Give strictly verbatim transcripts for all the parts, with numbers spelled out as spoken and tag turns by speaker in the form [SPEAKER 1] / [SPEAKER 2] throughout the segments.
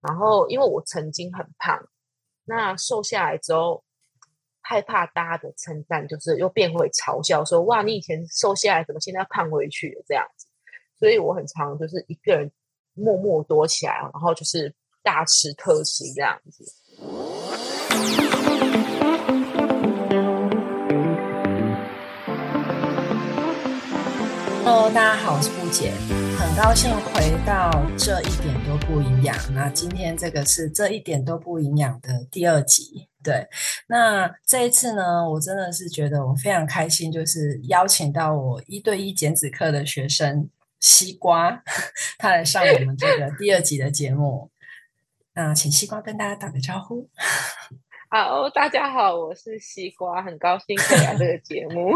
[SPEAKER 1] 然后因为我曾经很胖，那瘦下来之后，害怕大家的称赞，就是又变回嘲笑说，哇，你以前瘦下来，怎么现在胖回去了这样子。所以我很常就是一个人默默躲起来，然后就是大吃特吃这样子。
[SPEAKER 2] Hello，大家好，我是布姐，很高兴回到这一点都不营养。那今天这个是这一点都不营养的第二集。对，那这一次呢，我真的是觉得我非常开心，就是邀请到我一对一减脂课的学生西瓜，他来上我们这个第二集的节目。那请西瓜跟大家打个招呼。
[SPEAKER 1] 好，大家好，我是西瓜，很高兴可以来这个节目。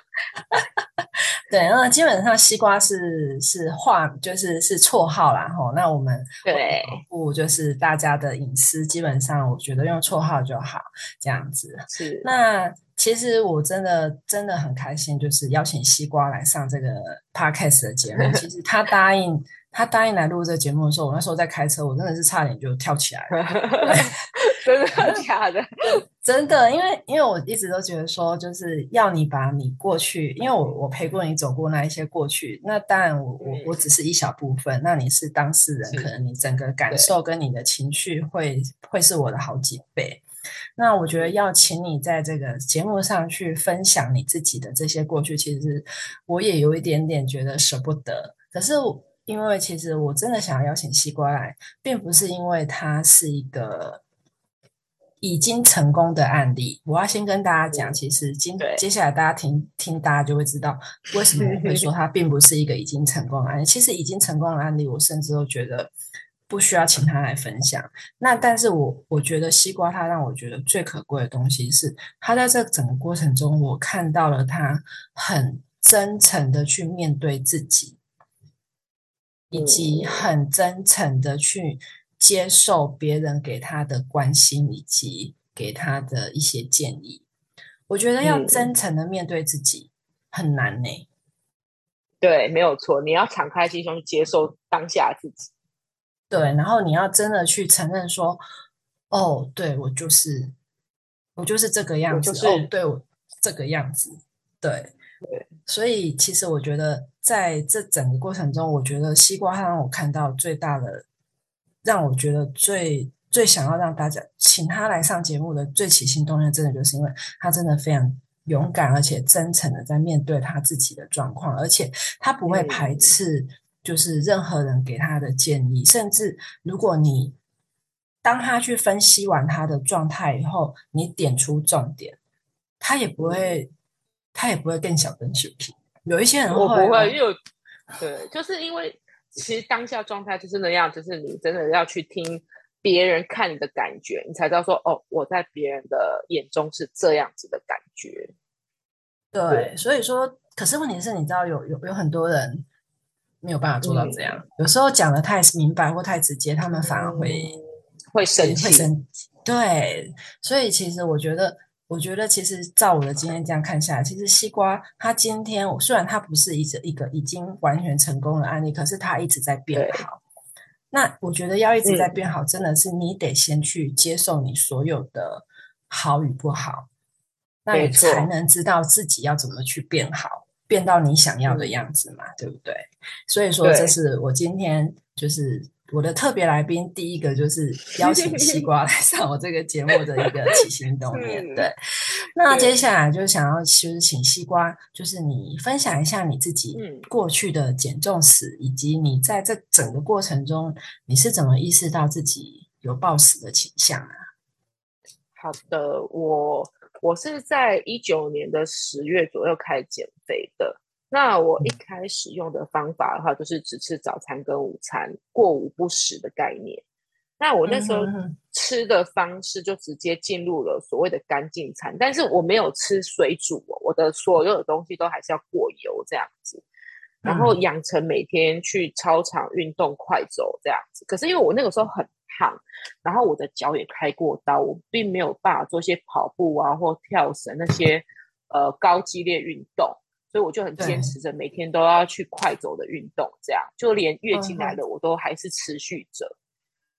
[SPEAKER 2] 对，那基本上西瓜是是话就是是绰号啦吼。那我们为了保
[SPEAKER 1] 对，
[SPEAKER 2] 护就是大家的隐私，基本上我觉得用绰号就好，这样子。
[SPEAKER 1] 是，
[SPEAKER 2] 那其实我真的真的很开心，就是邀请西瓜来上这个 podcast 的节目。其实他答应他答应来录这个节目的时候，我那时候在开车，我真的是差点就跳起来了。对。
[SPEAKER 1] 真的假的？
[SPEAKER 2] 真的，因为因为我一直都觉得说，就是要你把你过去，因为我我陪过你走过那一些过去，那当然我我我只是一小部分，那你是当事人，可
[SPEAKER 1] 是，
[SPEAKER 2] 能你整个感
[SPEAKER 1] 对，
[SPEAKER 2] 受跟你的情绪会会是我的好几倍。那我觉得要请你在这个节目上去分享你自己的这些过去，其实我也有一点点觉得舍不得。可是因为其实我真的想要邀请西瓜来，并不是因为他是一个已经成功的案例。我要先跟大家讲，其实今
[SPEAKER 1] 对，
[SPEAKER 2] 接下来大家听听，大家就会知道为什么我会说它并不是一个已经成功的案例。其实已经成功的案例，我甚至都觉得不需要请他来分享。那但是我我觉得西瓜它让我觉得最可贵的东西是，他在这整个过程中，我看到了他很真诚的去面对自己，以及
[SPEAKER 1] 嗯
[SPEAKER 2] 很真诚的去接受别人给他的关心以及给他的一些建议。我觉得要
[SPEAKER 1] 嗯，
[SPEAKER 2] 真诚的面对自己很难呢。
[SPEAKER 1] 对，没有错，你要敞开心胸去接受当下自己。
[SPEAKER 2] 对，然后你要真的去承认说，哦，对，我就是我就是这个
[SPEAKER 1] 我
[SPEAKER 2] 样子，哦，
[SPEAKER 1] 就是
[SPEAKER 2] 对，我这个样子，对。
[SPEAKER 1] 对，
[SPEAKER 2] 所以其实我觉得在这整个过程中，我觉得西瓜它让我看到最大的，让我觉得最最想要让大家请他来上节目的最起心动念，真的就是因为他真的非常勇敢而且真诚的在面对他自己的状况，而且他不会排
[SPEAKER 1] 嗯，
[SPEAKER 2] 斥就是任何人给他的建议，甚至如果你当他去分析完他的状态以后，你点出重点，他也不会，他也不会更小灯小屁。有一些人会
[SPEAKER 1] 我不会，
[SPEAKER 2] 哦。
[SPEAKER 1] 因为我对，就是因为其实当下状态就是那样，就是你真的要去听别人看你的感觉，你才知道说，哦，我在别人的眼中是这样子的感觉。
[SPEAKER 2] 对，
[SPEAKER 1] 对，
[SPEAKER 2] 所以说，可是问题是，你知道有有有很多人没有办法做到这
[SPEAKER 1] 嗯
[SPEAKER 2] 样，有时候讲的太明白或太直接，他们反而会
[SPEAKER 1] 嗯，会生
[SPEAKER 2] 会会
[SPEAKER 1] 气。
[SPEAKER 2] 生气。对，所以其实我觉得，我觉得其实照我的经验这样看下来，其实西瓜他今天虽然他不是一个一个已经完全成功的案例，可是他一直在变
[SPEAKER 1] 对，
[SPEAKER 2] 好。那我觉得要一直在
[SPEAKER 1] 嗯，
[SPEAKER 2] 变好，真的是你得先去接受你所有的好与不好，那你才
[SPEAKER 1] 没错。
[SPEAKER 2] 能知道自己要怎么去变好，变到你想要的
[SPEAKER 1] 嗯，
[SPEAKER 2] 样子嘛，对不对？所以说，这
[SPEAKER 1] 对。
[SPEAKER 2] 是我今天就是我的特别来宾，第一个就是邀请西瓜来上我这个节目的一个起心动念。对，
[SPEAKER 1] 是，
[SPEAKER 2] 那接
[SPEAKER 1] 对，
[SPEAKER 2] 下来就想要就是请西瓜，就是你分享一下你自己
[SPEAKER 1] 嗯，
[SPEAKER 2] 过去的减重史，以及你在这整个过程中你是怎么意识到自己有暴食的倾向啊？
[SPEAKER 1] 好的，我我是在一九年的十月左右开始减肥的。那我一开始用的方法的话，就是只吃早餐跟午餐，过午不食的概念。那我那
[SPEAKER 2] 嗯
[SPEAKER 1] 时候
[SPEAKER 2] 哼哼。
[SPEAKER 1] 吃的方式就直接进入了所谓的干净餐，但是我没有吃水煮哦，我的所有的东西都还是要过油这样子。然后
[SPEAKER 2] 嗯。
[SPEAKER 1] 养成每天去操场运动、快走这样子。可是因为我那个时候很胖，然后我的脚也开过刀，我并没有办法做一些跑步啊或跳绳那些呃高激烈运动，所以我就很坚
[SPEAKER 2] 对。
[SPEAKER 1] 持着每天都要去快走的运动，这样就连月经来
[SPEAKER 2] 嗯哼。
[SPEAKER 1] 了我都还是持续着。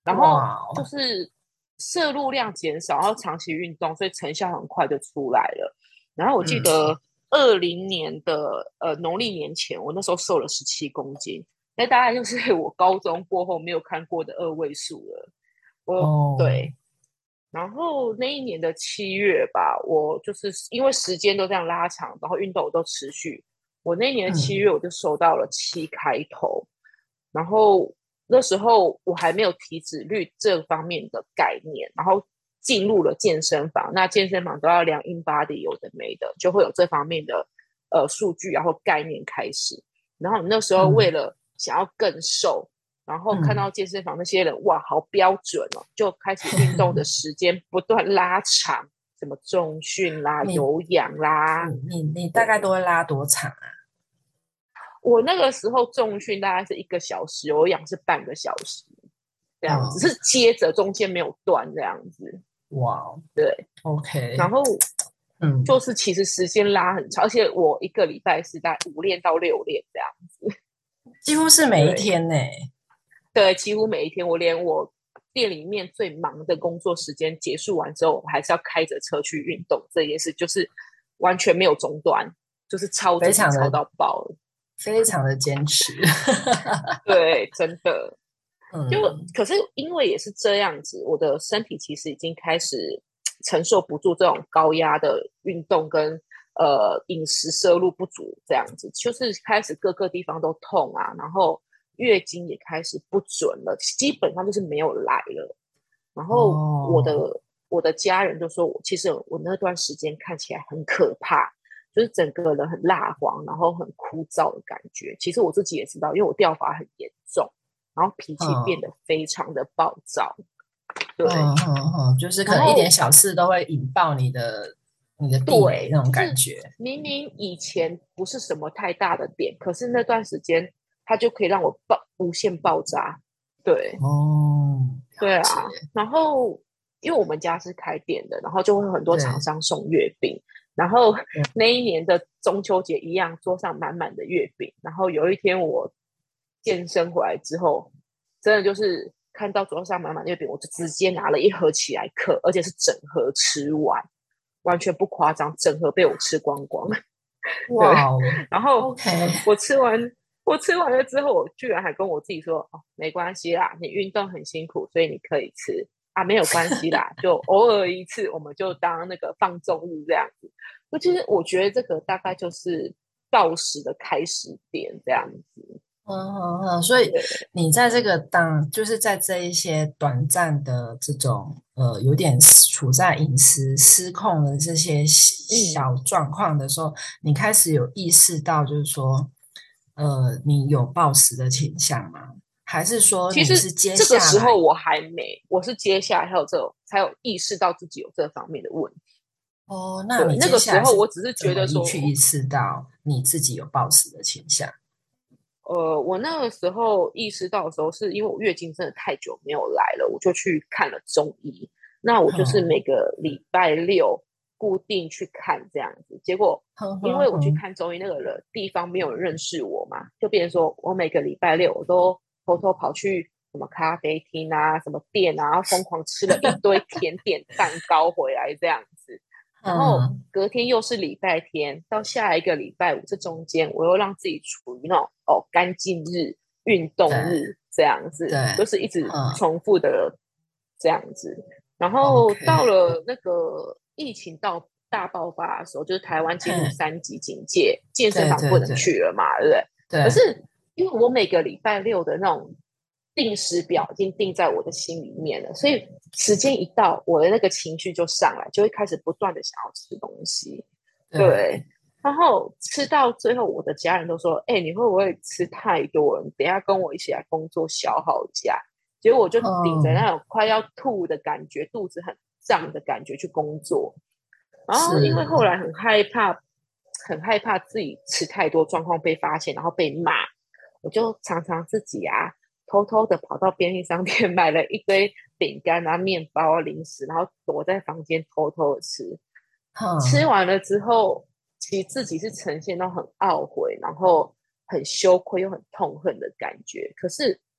[SPEAKER 1] 然后
[SPEAKER 2] 哇哦，
[SPEAKER 1] 就是摄入量减少，然后长期运动，所以成效很快就出来了。然后我记
[SPEAKER 2] 嗯
[SPEAKER 1] 得二零年的呃农历年前，我那时候瘦了十七公斤，那大概就是我高中过后没有看过的二位数了。我
[SPEAKER 2] 哦，
[SPEAKER 1] 对，然后那一年的七月吧，我就是因为时间都这样拉长，然后运动我都持续。我那一年的七
[SPEAKER 2] 嗯
[SPEAKER 1] 月我就瘦到了七开头，然后那时候我还没有体脂率这方面的概念，然后进入了健身房。那健身房都要量 in body，有的没的，就会有这方面的呃数据，然后概念开始。然后你那时候为
[SPEAKER 2] 嗯
[SPEAKER 1] 了想要更瘦，然后看
[SPEAKER 2] 嗯，
[SPEAKER 1] 到健身房那些人，哇，好标准哦，就开始运动的时间不断拉长，什么重训啦、
[SPEAKER 2] 你
[SPEAKER 1] 有氧啦。
[SPEAKER 2] 你你你大概
[SPEAKER 1] 对，
[SPEAKER 2] 都会拉多长啊？
[SPEAKER 1] 我那个时候重训大概是一个小时，有氧是半个小时，这样子
[SPEAKER 2] 嗯，
[SPEAKER 1] 是接着中间没有断这样子。
[SPEAKER 2] 哇哦
[SPEAKER 1] 对，然
[SPEAKER 2] ，OK，
[SPEAKER 1] 后
[SPEAKER 2] 嗯，
[SPEAKER 1] 就是其实时间拉很长，而且我一个礼拜是在五练到六练这样子。
[SPEAKER 2] 几乎是每一
[SPEAKER 1] 对
[SPEAKER 2] 天呢。
[SPEAKER 1] 对，几乎每一天，我连我店里面最忙的工作时间结束完之后，我还是要开着车去运动，这件事就是完全没有中断，就是超自己
[SPEAKER 2] 非常的
[SPEAKER 1] 超到爆了。
[SPEAKER 2] 非常的坚持。
[SPEAKER 1] 对，真的。就
[SPEAKER 2] 嗯
[SPEAKER 1] 可是因为也是这样子，我的身体其实已经开始承受不住这种高压的运动跟呃饮食摄入不足，这样子就是开始各个地方都痛啊，然后月经也开始不准了，基本上就是没有来了。然后我
[SPEAKER 2] 哦，
[SPEAKER 1] 的我的家人就说我其实我那段时间看起来很可怕，就是整个人很蜡黄，然后很枯燥的感觉。其实我自己也知道，因为我掉发很严重，然后脾气变
[SPEAKER 2] 嗯
[SPEAKER 1] 得非常的暴躁。对，
[SPEAKER 2] 嗯嗯嗯，就是可能一点
[SPEAKER 1] 然后
[SPEAKER 2] 小事都会引爆你的你的地雷
[SPEAKER 1] 对，
[SPEAKER 2] 那种
[SPEAKER 1] 就是
[SPEAKER 2] 感觉。
[SPEAKER 1] 明明以前不是什么太大的点，可是那段时间它就可以让我爆无限爆炸。对，
[SPEAKER 2] 哦，了解，
[SPEAKER 1] 对啊，然后因为我们家是开店的，然后就会有很多厂
[SPEAKER 2] 对
[SPEAKER 1] 商送月饼，然后
[SPEAKER 2] 对，
[SPEAKER 1] 那一年的中秋节一样，桌上满满的月饼。然后有一天我健身回来之后，真的就是看到桌上满满的月饼，我就直接拿了一盒起来嗑，而且是整盒吃完，完全不夸张，整盒被我吃光光。对，
[SPEAKER 2] 哇哦
[SPEAKER 1] 然后
[SPEAKER 2] ，OK，
[SPEAKER 1] 我吃完，我吃完了之后，我居然还跟我自己说：“哦，没关系啦，你运动很辛苦，所以你可以吃啊，没有关系啦，就偶尔一次，我们就当那个放纵日这样子。”就其实我觉得这个大概就是暴食的开始点这样子。
[SPEAKER 2] 嗯嗯嗯，所以
[SPEAKER 1] 对，
[SPEAKER 2] 你在这个当，就是在这一些短暂的这种呃，有点处在饮食失控的这些
[SPEAKER 1] 嗯，
[SPEAKER 2] 小状况的时候，你开始有意识到，就是说，呃，你有暴食的倾向吗？还是说
[SPEAKER 1] 其实
[SPEAKER 2] 你是接
[SPEAKER 1] 这个
[SPEAKER 2] 下来，
[SPEAKER 1] 时候我还没，我是接下来还有这种才有意识到自己有这方面的问题。
[SPEAKER 2] 哦，那
[SPEAKER 1] 对，
[SPEAKER 2] 你
[SPEAKER 1] 那个时
[SPEAKER 2] 接下来是
[SPEAKER 1] 候我只是
[SPEAKER 2] 怎么
[SPEAKER 1] 觉得说，
[SPEAKER 2] 意去意识到你自己有暴食的倾向？
[SPEAKER 1] 呃，我那个时候意识到的时候，是因为我月经真的太久没有来了，我就去看了中医。那我就是
[SPEAKER 2] 哼
[SPEAKER 1] 每个礼拜六固定去看这样子。结果
[SPEAKER 2] 哼
[SPEAKER 1] 因为我去
[SPEAKER 2] 哼哼，
[SPEAKER 1] 看中医那个人地方没有人认识我嘛，就变成说我每个礼拜六我都偷偷跑去什么咖啡厅啊、什么店啊，然后疯狂吃了一堆甜点蛋糕回来这样子。然后
[SPEAKER 2] 嗯，
[SPEAKER 1] 隔天又是礼拜天，到下一个礼拜五，这中间我又让自己处于那种哦干净日、运动
[SPEAKER 2] 对
[SPEAKER 1] 日这样子，就
[SPEAKER 2] 对，
[SPEAKER 1] 是一直
[SPEAKER 2] 嗯
[SPEAKER 1] 重复的这样子。然后到
[SPEAKER 2] ，OK，
[SPEAKER 1] 了那个疫情到大爆发的时候，就是台湾进入
[SPEAKER 2] 嘿，
[SPEAKER 1] 三级警戒，健身
[SPEAKER 2] 对
[SPEAKER 1] 房不能
[SPEAKER 2] 对对
[SPEAKER 1] 去了嘛，对不对？可
[SPEAKER 2] 对，
[SPEAKER 1] 是因为我每个礼拜六的那种定时表已经定在我的心里面了，所以时间一到，我的那个情绪就上来，就会开始不断的想要吃东西。对，
[SPEAKER 2] 对，
[SPEAKER 1] 然后吃到最后，我的家人都说：“哎、欸你会不会吃太多了？你等一下跟我一起来工作消耗一下。”结果我就顶着
[SPEAKER 2] 嗯，
[SPEAKER 1] 那种快要吐的感觉，肚子很胀的感觉去工作。然后因为后
[SPEAKER 2] 是，
[SPEAKER 1] 来很害怕，很害怕自己吃太多状况被发现，然后被骂，我就常常自己啊偷偷的跑到便利商店买了一堆饼干啊、面包啊、零食，然后躲在房间偷偷的吃。吃
[SPEAKER 2] 哼，
[SPEAKER 1] 完了之后，其实自己是呈现到很懊悔，然后很羞愧又很痛恨的感觉。可是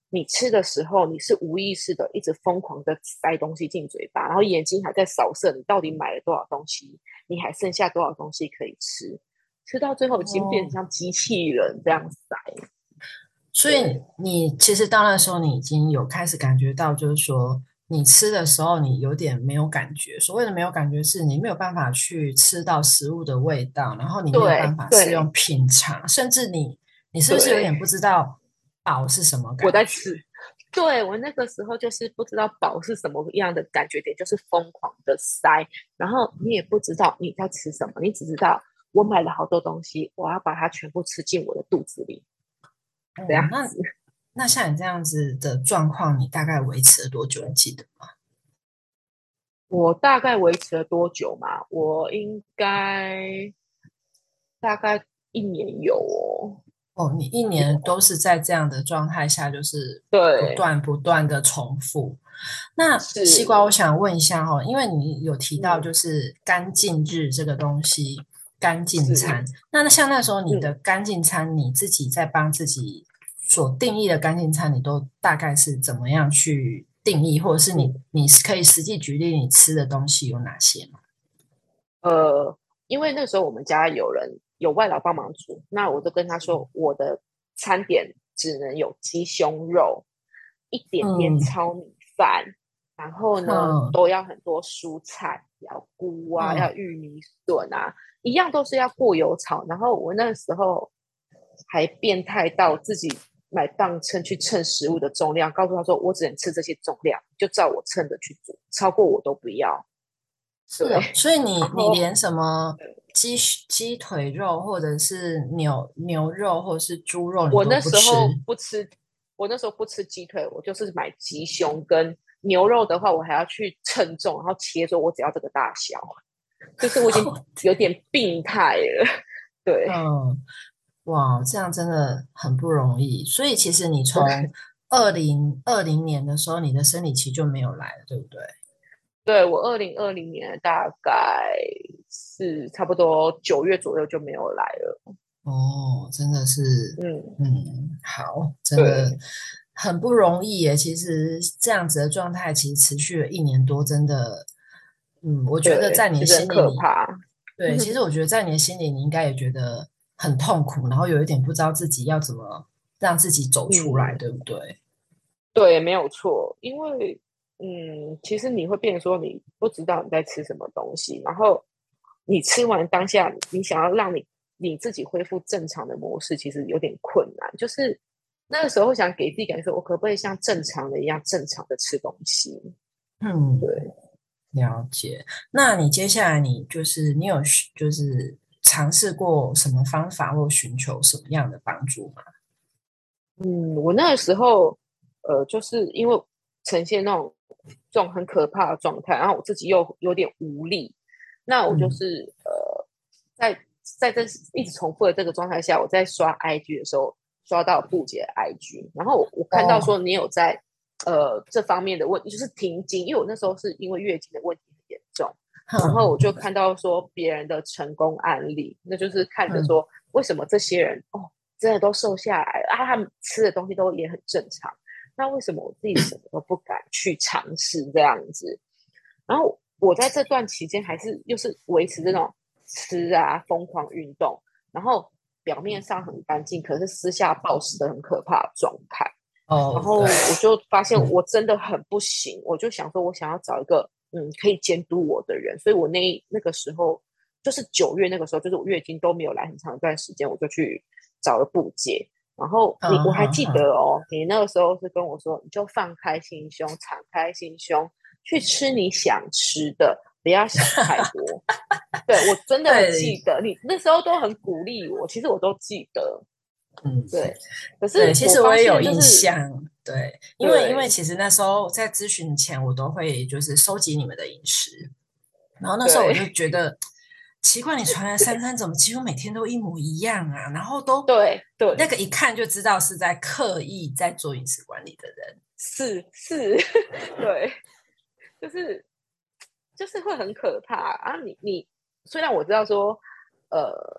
[SPEAKER 1] 你吃的时候你是无意识的一直疯狂的塞东西进嘴巴，然后眼睛还在扫射你到底买了多少东西，你还剩下多少东西可以吃，吃到最后已经变成像机器人这样塞。
[SPEAKER 2] 所以你其实到那时候，你已经有开始感觉到，就是说你吃的时候，你有点没有感觉。所谓的没有感觉，是你没有办法去吃到食物的味道，然后你没有办法是用
[SPEAKER 1] 对对
[SPEAKER 2] 品尝，甚至你你是不是有
[SPEAKER 1] 对，
[SPEAKER 2] 点不知道饱是什么感觉？
[SPEAKER 1] 我在吃。对，我那个时候就是不知道饱是什么样的感觉点，就是疯狂的塞，然后你也不知道你在吃什么，你只知道我买了好多东西，我要把它全部吃进我的肚子里，这
[SPEAKER 2] 哦，那
[SPEAKER 1] 样子。
[SPEAKER 2] 那像你这样子的状况，你大概维持了多久？你记得吗？
[SPEAKER 1] 我大概维持了多久嘛？我应该大概一年有哦。
[SPEAKER 2] 哦，你一年都是在这样的状态下，就是不
[SPEAKER 1] 对，
[SPEAKER 2] 断不断的重复。那西瓜，我
[SPEAKER 1] 是，
[SPEAKER 2] 想问一下哈，因为你有提到
[SPEAKER 1] 嗯，
[SPEAKER 2] 就是干净日这个东西，干净餐。
[SPEAKER 1] 是，
[SPEAKER 2] 那那像那时候你的
[SPEAKER 1] 嗯。
[SPEAKER 2] 干净餐，你自己在帮自己所定义的干净餐，你都大概是怎么样去定义，或者是你
[SPEAKER 1] 嗯，
[SPEAKER 2] 你可以实际举例你吃的东西有哪些吗？
[SPEAKER 1] 呃，因为那时候我们家有人有外劳帮忙煮，那我就跟他说，我的餐点只能有鸡胸肉，一点点
[SPEAKER 2] 嗯
[SPEAKER 1] 糙米饭，然后呢
[SPEAKER 2] 嗯
[SPEAKER 1] 都要很多蔬菜，要菇啊，要
[SPEAKER 2] 嗯，
[SPEAKER 1] 玉米笋啊，一样都是要过油炒。然后我那时候还变态到自己买磅秤去称食物的重量，告诉他说我只能吃这些重量，就照我称的去煮，超过我都不要。对，
[SPEAKER 2] 是哦，所以你
[SPEAKER 1] 然后
[SPEAKER 2] 你连什么鸡鸡腿肉，或者是牛牛肉，或者是猪肉，你
[SPEAKER 1] 我
[SPEAKER 2] 都
[SPEAKER 1] 那时候
[SPEAKER 2] 不吃？
[SPEAKER 1] 不吃，我那时候不吃鸡腿，我就是买鸡胸跟牛肉的话，我还要去称重，然后切说我只要这个大小，就是我已经有点病态了。对
[SPEAKER 2] 嗯，哇，这样真的很不容易。所以其实你从二零二零年的时候，你的生理期就没有来了，对不对？
[SPEAKER 1] 对，我二零二零年大概是差不多九月左右就没有来了。
[SPEAKER 2] 哦，真的是，
[SPEAKER 1] 嗯，
[SPEAKER 2] 嗯，好，真的
[SPEAKER 1] 对，
[SPEAKER 2] 很不容易耶。其实这样子的状态，其实持续了一年多，真的，嗯，我觉得在
[SPEAKER 1] 对，
[SPEAKER 2] 你的
[SPEAKER 1] 其实很
[SPEAKER 2] 心里你，
[SPEAKER 1] 可怕。
[SPEAKER 2] 对，其实我觉得在你的心里，你应该也觉得很痛苦，然后有一点不知道自己要怎么让自己走出来，
[SPEAKER 1] 嗯，
[SPEAKER 2] 对不对？
[SPEAKER 1] 对，没有错，因为嗯，其实你会变成说你不知道你在吃什么东西，然后你吃完当下，你想要让你你自己恢复正常的模式，其实有点困难。就是那个时候想给自己感觉说，我可不可以像正常的一样正常的吃东西？
[SPEAKER 2] 嗯，
[SPEAKER 1] 对，
[SPEAKER 2] 了解。那你接下来你就是你有就是尝试过什么方法或寻求什么样的帮助吗？
[SPEAKER 1] 嗯，我那个时候呃，就是因为呈现那种这种很可怕的状态，然后我自己又有点无力，那我就
[SPEAKER 2] 嗯，
[SPEAKER 1] 是呃，在在这一直重复的这个状态下，我在刷 I G 的时候刷到布姐的 I G，然后我我看到说
[SPEAKER 2] 哦，
[SPEAKER 1] 你有在呃这方面的问题，就是停经，因为我那时候是因为月经的问题很严重，然后
[SPEAKER 2] 哼，
[SPEAKER 1] 我就看到说别人的成功案例，那就是看着
[SPEAKER 2] 嗯
[SPEAKER 1] 说为什么这些人哦真的都瘦下来了啊，他们吃的东西都也很正常，那为什么我自己什么都不敢去尝试这样子？然后我在这段期间还是又是维持这种吃啊疯狂运动，然后表面上很干净，可是私下暴食的很可怕的状态。然
[SPEAKER 2] 哦，对，
[SPEAKER 1] 后我就发现
[SPEAKER 2] 嗯
[SPEAKER 1] 我真的很不行，我就想说，我想要找一个嗯可以监督我的人，所以我那那个时候就是九月那个时候，就是我月经都没有来很长一段时间，我就去找了布姐。然后你
[SPEAKER 2] 嗯
[SPEAKER 1] 我还记
[SPEAKER 2] 哼哼，
[SPEAKER 1] 得哦，你那个时候是跟我说，你就放开心胸，敞开心胸去吃你想吃的，不要想太多。对我真的记
[SPEAKER 2] 对，
[SPEAKER 1] 得，你那时候都很鼓励我，其实我都记得。
[SPEAKER 2] 嗯。
[SPEAKER 1] 对，可
[SPEAKER 2] 对，
[SPEAKER 1] 是我发
[SPEAKER 2] 其实我也有印
[SPEAKER 1] 现就是，
[SPEAKER 2] 象。对，因为因为
[SPEAKER 1] 对
[SPEAKER 2] 其实那时候在咨询前，我都会就是收集你们的饮食，然后那时候我就
[SPEAKER 1] 对
[SPEAKER 2] 觉得奇怪，你传来三餐怎么几乎每天都一模一样啊？然后都
[SPEAKER 1] 对对，
[SPEAKER 2] 那个一看就知道是在刻意在做饮食管理的人。
[SPEAKER 1] 是是，对，就是就是会很可怕啊！你你虽然我知道说，呃，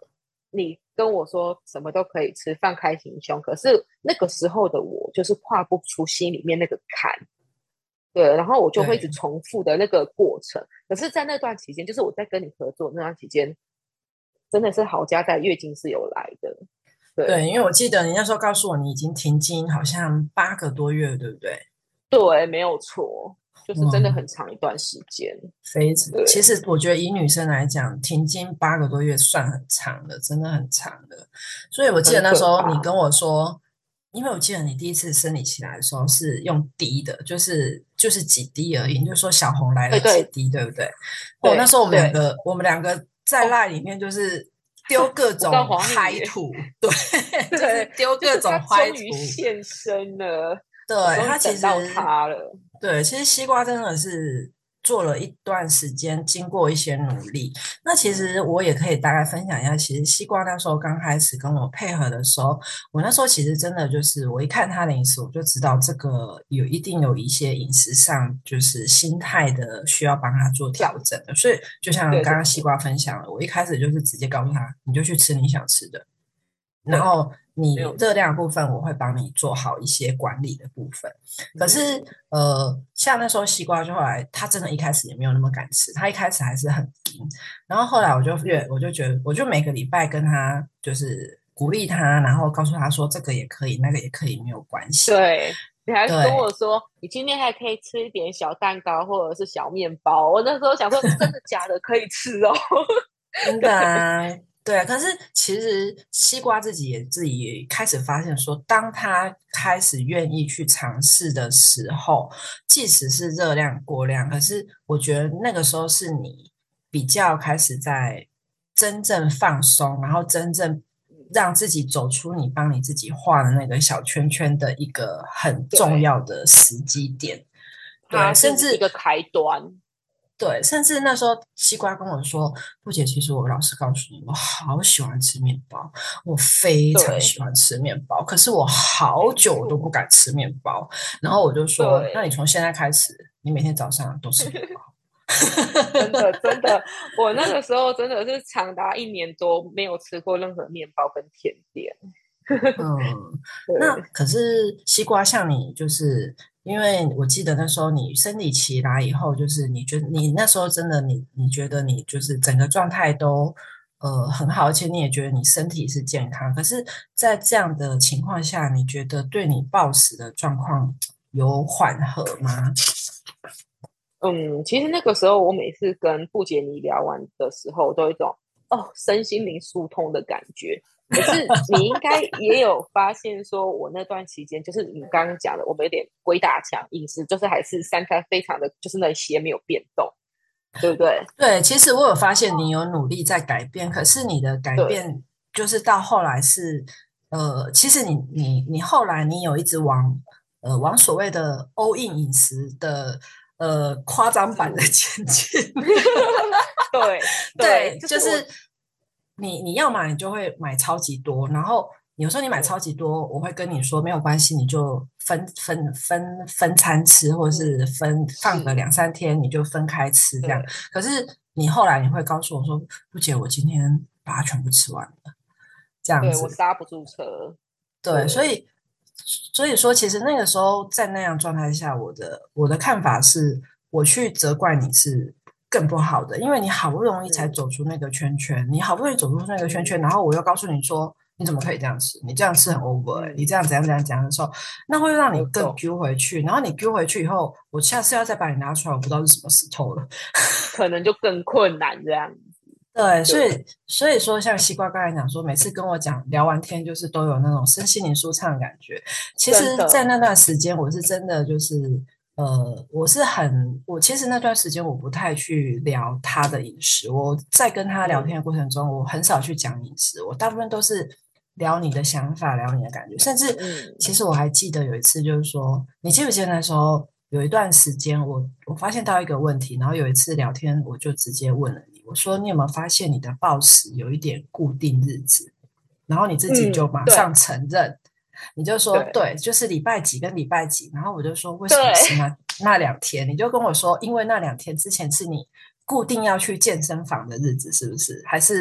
[SPEAKER 1] 你跟我说什么都可以吃，放开心胸，可是那个时候的我就是跨不出心里面那个坎。对，然后我就会一直
[SPEAKER 2] 对
[SPEAKER 1] 重复的那个过程。可是，在那段期间，就是我在跟你合作那段期间，真的是好家在月经是有来的。对
[SPEAKER 2] 对，因为我记得你那时候告诉我你已经停经好像八个多月，对不对？
[SPEAKER 1] 对，没有错，就是真的
[SPEAKER 2] 嗯，
[SPEAKER 1] 很长一段时间。
[SPEAKER 2] 非常，其
[SPEAKER 1] 对，
[SPEAKER 2] 实我觉得以女生来讲，停经八个多月算很长的，真的很长的。所以我记得
[SPEAKER 1] 很
[SPEAKER 2] 那时候你
[SPEAKER 1] 可怕。
[SPEAKER 2] 跟我说，因为我记得你第一次生理期来的时候是用滴的，就是就是几滴而已，你就说小红来了
[SPEAKER 1] 对对
[SPEAKER 2] 几滴，对不对？哦，那
[SPEAKER 1] 对
[SPEAKER 2] 时候我们两
[SPEAKER 1] 对，
[SPEAKER 2] 个，我们两个在
[SPEAKER 1] 哦，
[SPEAKER 2] 赖里面就是丢各
[SPEAKER 1] 我跟
[SPEAKER 2] 种
[SPEAKER 1] 黄丽耶，
[SPEAKER 2] 嗨图，对，就是
[SPEAKER 1] 对，
[SPEAKER 2] 丢
[SPEAKER 1] 就是他
[SPEAKER 2] 各种嗨
[SPEAKER 1] 终于
[SPEAKER 2] 图。
[SPEAKER 1] 现身了，我
[SPEAKER 2] 对，
[SPEAKER 1] 终于
[SPEAKER 2] 它其
[SPEAKER 1] 等到
[SPEAKER 2] 实，
[SPEAKER 1] 他了。
[SPEAKER 2] 对，其实西瓜真的是做了一段时间，经过一些努力。那其实我也可以大概分享一下，其实西瓜那时候刚开始跟我配合的时候，我那时候其实真的就是我一看他的饮食，我就知道这个有一定有一些饮食上就是心态的需要帮他做调
[SPEAKER 1] 转，
[SPEAKER 2] 整的。所以就像
[SPEAKER 1] 对对对
[SPEAKER 2] 刚刚西瓜分享了，我一开始就是直接告诉他，你就去吃你想吃的。然
[SPEAKER 1] 对，
[SPEAKER 2] 后你热
[SPEAKER 1] 没有错。
[SPEAKER 2] 量部分我会帮你做好一些管理的部分。可是
[SPEAKER 1] 嗯，
[SPEAKER 2] 呃，像那时候西瓜就后来他真的一开始也没有那么敢吃，他一开始还是很硬。然后后来我就越我就觉得，我就每个礼拜跟他就是鼓励他，然后告诉他说这个也可以，那个也可以，没有关系。
[SPEAKER 1] 对，你还跟
[SPEAKER 2] 对，
[SPEAKER 1] 我说，你今天还可以吃一点小蛋糕或者是小面包。我那时候想说，真的假的？可以吃哦。
[SPEAKER 2] 真的
[SPEAKER 1] 对
[SPEAKER 2] 啊，对啊。可是其实西瓜自己也自己也开始发现说，当他开始愿意去尝试的时候，即使是热量过量，可是我觉得那个时候是你比较开始在真正放松，然后真正让自己走出你帮你自己画的那个小圈圈的一个很重
[SPEAKER 1] 对，
[SPEAKER 2] 要的时机点。对，
[SPEAKER 1] 它
[SPEAKER 2] 甚至
[SPEAKER 1] 是一个开端。
[SPEAKER 2] 对，甚至那时候西瓜跟我说：“不姐，其实我老实告诉你，我好喜欢吃面包，我非常
[SPEAKER 1] 对，
[SPEAKER 2] 喜欢吃面包，可是我好
[SPEAKER 1] 没
[SPEAKER 2] 久我都不
[SPEAKER 1] 错，
[SPEAKER 2] 敢吃面包。”然后我就说：“那你
[SPEAKER 1] 对，
[SPEAKER 2] 从现在开始，你每天早上都吃面包。”
[SPEAKER 1] 真的真的，我那个时候真的是长达一年多没有吃过任何面包跟甜点。
[SPEAKER 2] 嗯，那
[SPEAKER 1] 对，
[SPEAKER 2] 可是西瓜像你，就是因为我记得那时候你生理期来以后，就是你觉得你那时候真的你你觉得你就是整个状态都呃很好，而且你也觉得你身体是健康。可是，在这样的情况下，你觉得对你暴食的状况有缓和吗？
[SPEAKER 1] 嗯，其实那个时候我每次跟布杰尼聊完的时候，都有一种哦身心灵疏通的感觉。可是你应该也有发现，说我那段期间，就是你刚刚讲的，我们有点鬼打墙饮食，就是还是三餐非常的，就是那些没有变动，对不对？
[SPEAKER 2] 对，其实我有发现你有努力在改变，可是你的改
[SPEAKER 1] 对，
[SPEAKER 2] 变就是到后来是，呃，其实你你你后来你有一直往呃往所谓的 all in 饮食的呃夸张版的
[SPEAKER 1] 嗯，
[SPEAKER 2] 前进。
[SPEAKER 1] 对对，
[SPEAKER 2] 对，
[SPEAKER 1] 就是我
[SPEAKER 2] 就是你你要买你就会买超级多，然后有时候你买超
[SPEAKER 1] 对，
[SPEAKER 2] 级多，我会跟你说没有关系，你就分分分分餐吃，或者是
[SPEAKER 1] 嗯，
[SPEAKER 2] 分放个
[SPEAKER 1] 是，
[SPEAKER 2] 两三天，你就分开吃这样。
[SPEAKER 1] 对
[SPEAKER 2] 可是你后来你会告诉我说，不姐，我今天把它全部吃完了，这样
[SPEAKER 1] 对，我
[SPEAKER 2] 子。
[SPEAKER 1] 刹不住车。
[SPEAKER 2] 对，所
[SPEAKER 1] 对，
[SPEAKER 2] 以所以说，其实那个时候在那样状态下，我的我的看法是，我去责怪你是更不好的，因为你好不容易才
[SPEAKER 1] 嗯
[SPEAKER 2] 走出那个圈圈，你好不容易走出那个圈圈，
[SPEAKER 1] 嗯
[SPEAKER 2] 然后我又告诉你说，你怎么可以这样吃？你这样吃很 over，欸你
[SPEAKER 1] 嗯，
[SPEAKER 2] 这样怎样怎样怎样的时候，那会让你更
[SPEAKER 1] 没错。
[SPEAKER 2] 丢回去，然后你丢回去以后，我下次要再把你拿出来，我不知道是什么石头了。
[SPEAKER 1] 可能就更困难这样子。
[SPEAKER 2] 对，所
[SPEAKER 1] 对，
[SPEAKER 2] 以所以说，像西瓜刚才讲说，每次跟我讲聊完天，就是都有那种身心灵舒畅的感觉。其实，在
[SPEAKER 1] 真的，
[SPEAKER 2] 那段时间，我是真的就是呃，我是很我其实那段时间我不太去聊他的饮食。我在跟他聊天的
[SPEAKER 1] 嗯
[SPEAKER 2] 过程中，我很少去讲饮食，我大部分都是聊你的想法，聊你的感觉。甚至
[SPEAKER 1] 嗯
[SPEAKER 2] 其实我还记得有一次，就是说，你记不记得那时候有一段时间我，我发现到一个问题，然后有一次聊天，我就直接问了你，我说你有没有发现你的暴食有一点固定日子？然后你自己就
[SPEAKER 1] 嗯，对
[SPEAKER 2] 马上承认，你就说
[SPEAKER 1] 对
[SPEAKER 2] 对，就是礼拜几跟礼拜几。然后我就说为什么是
[SPEAKER 1] 对，
[SPEAKER 2] 那那两天？你就跟我说，因为那两天之前是你固定要去健身房的日子，是不是？还是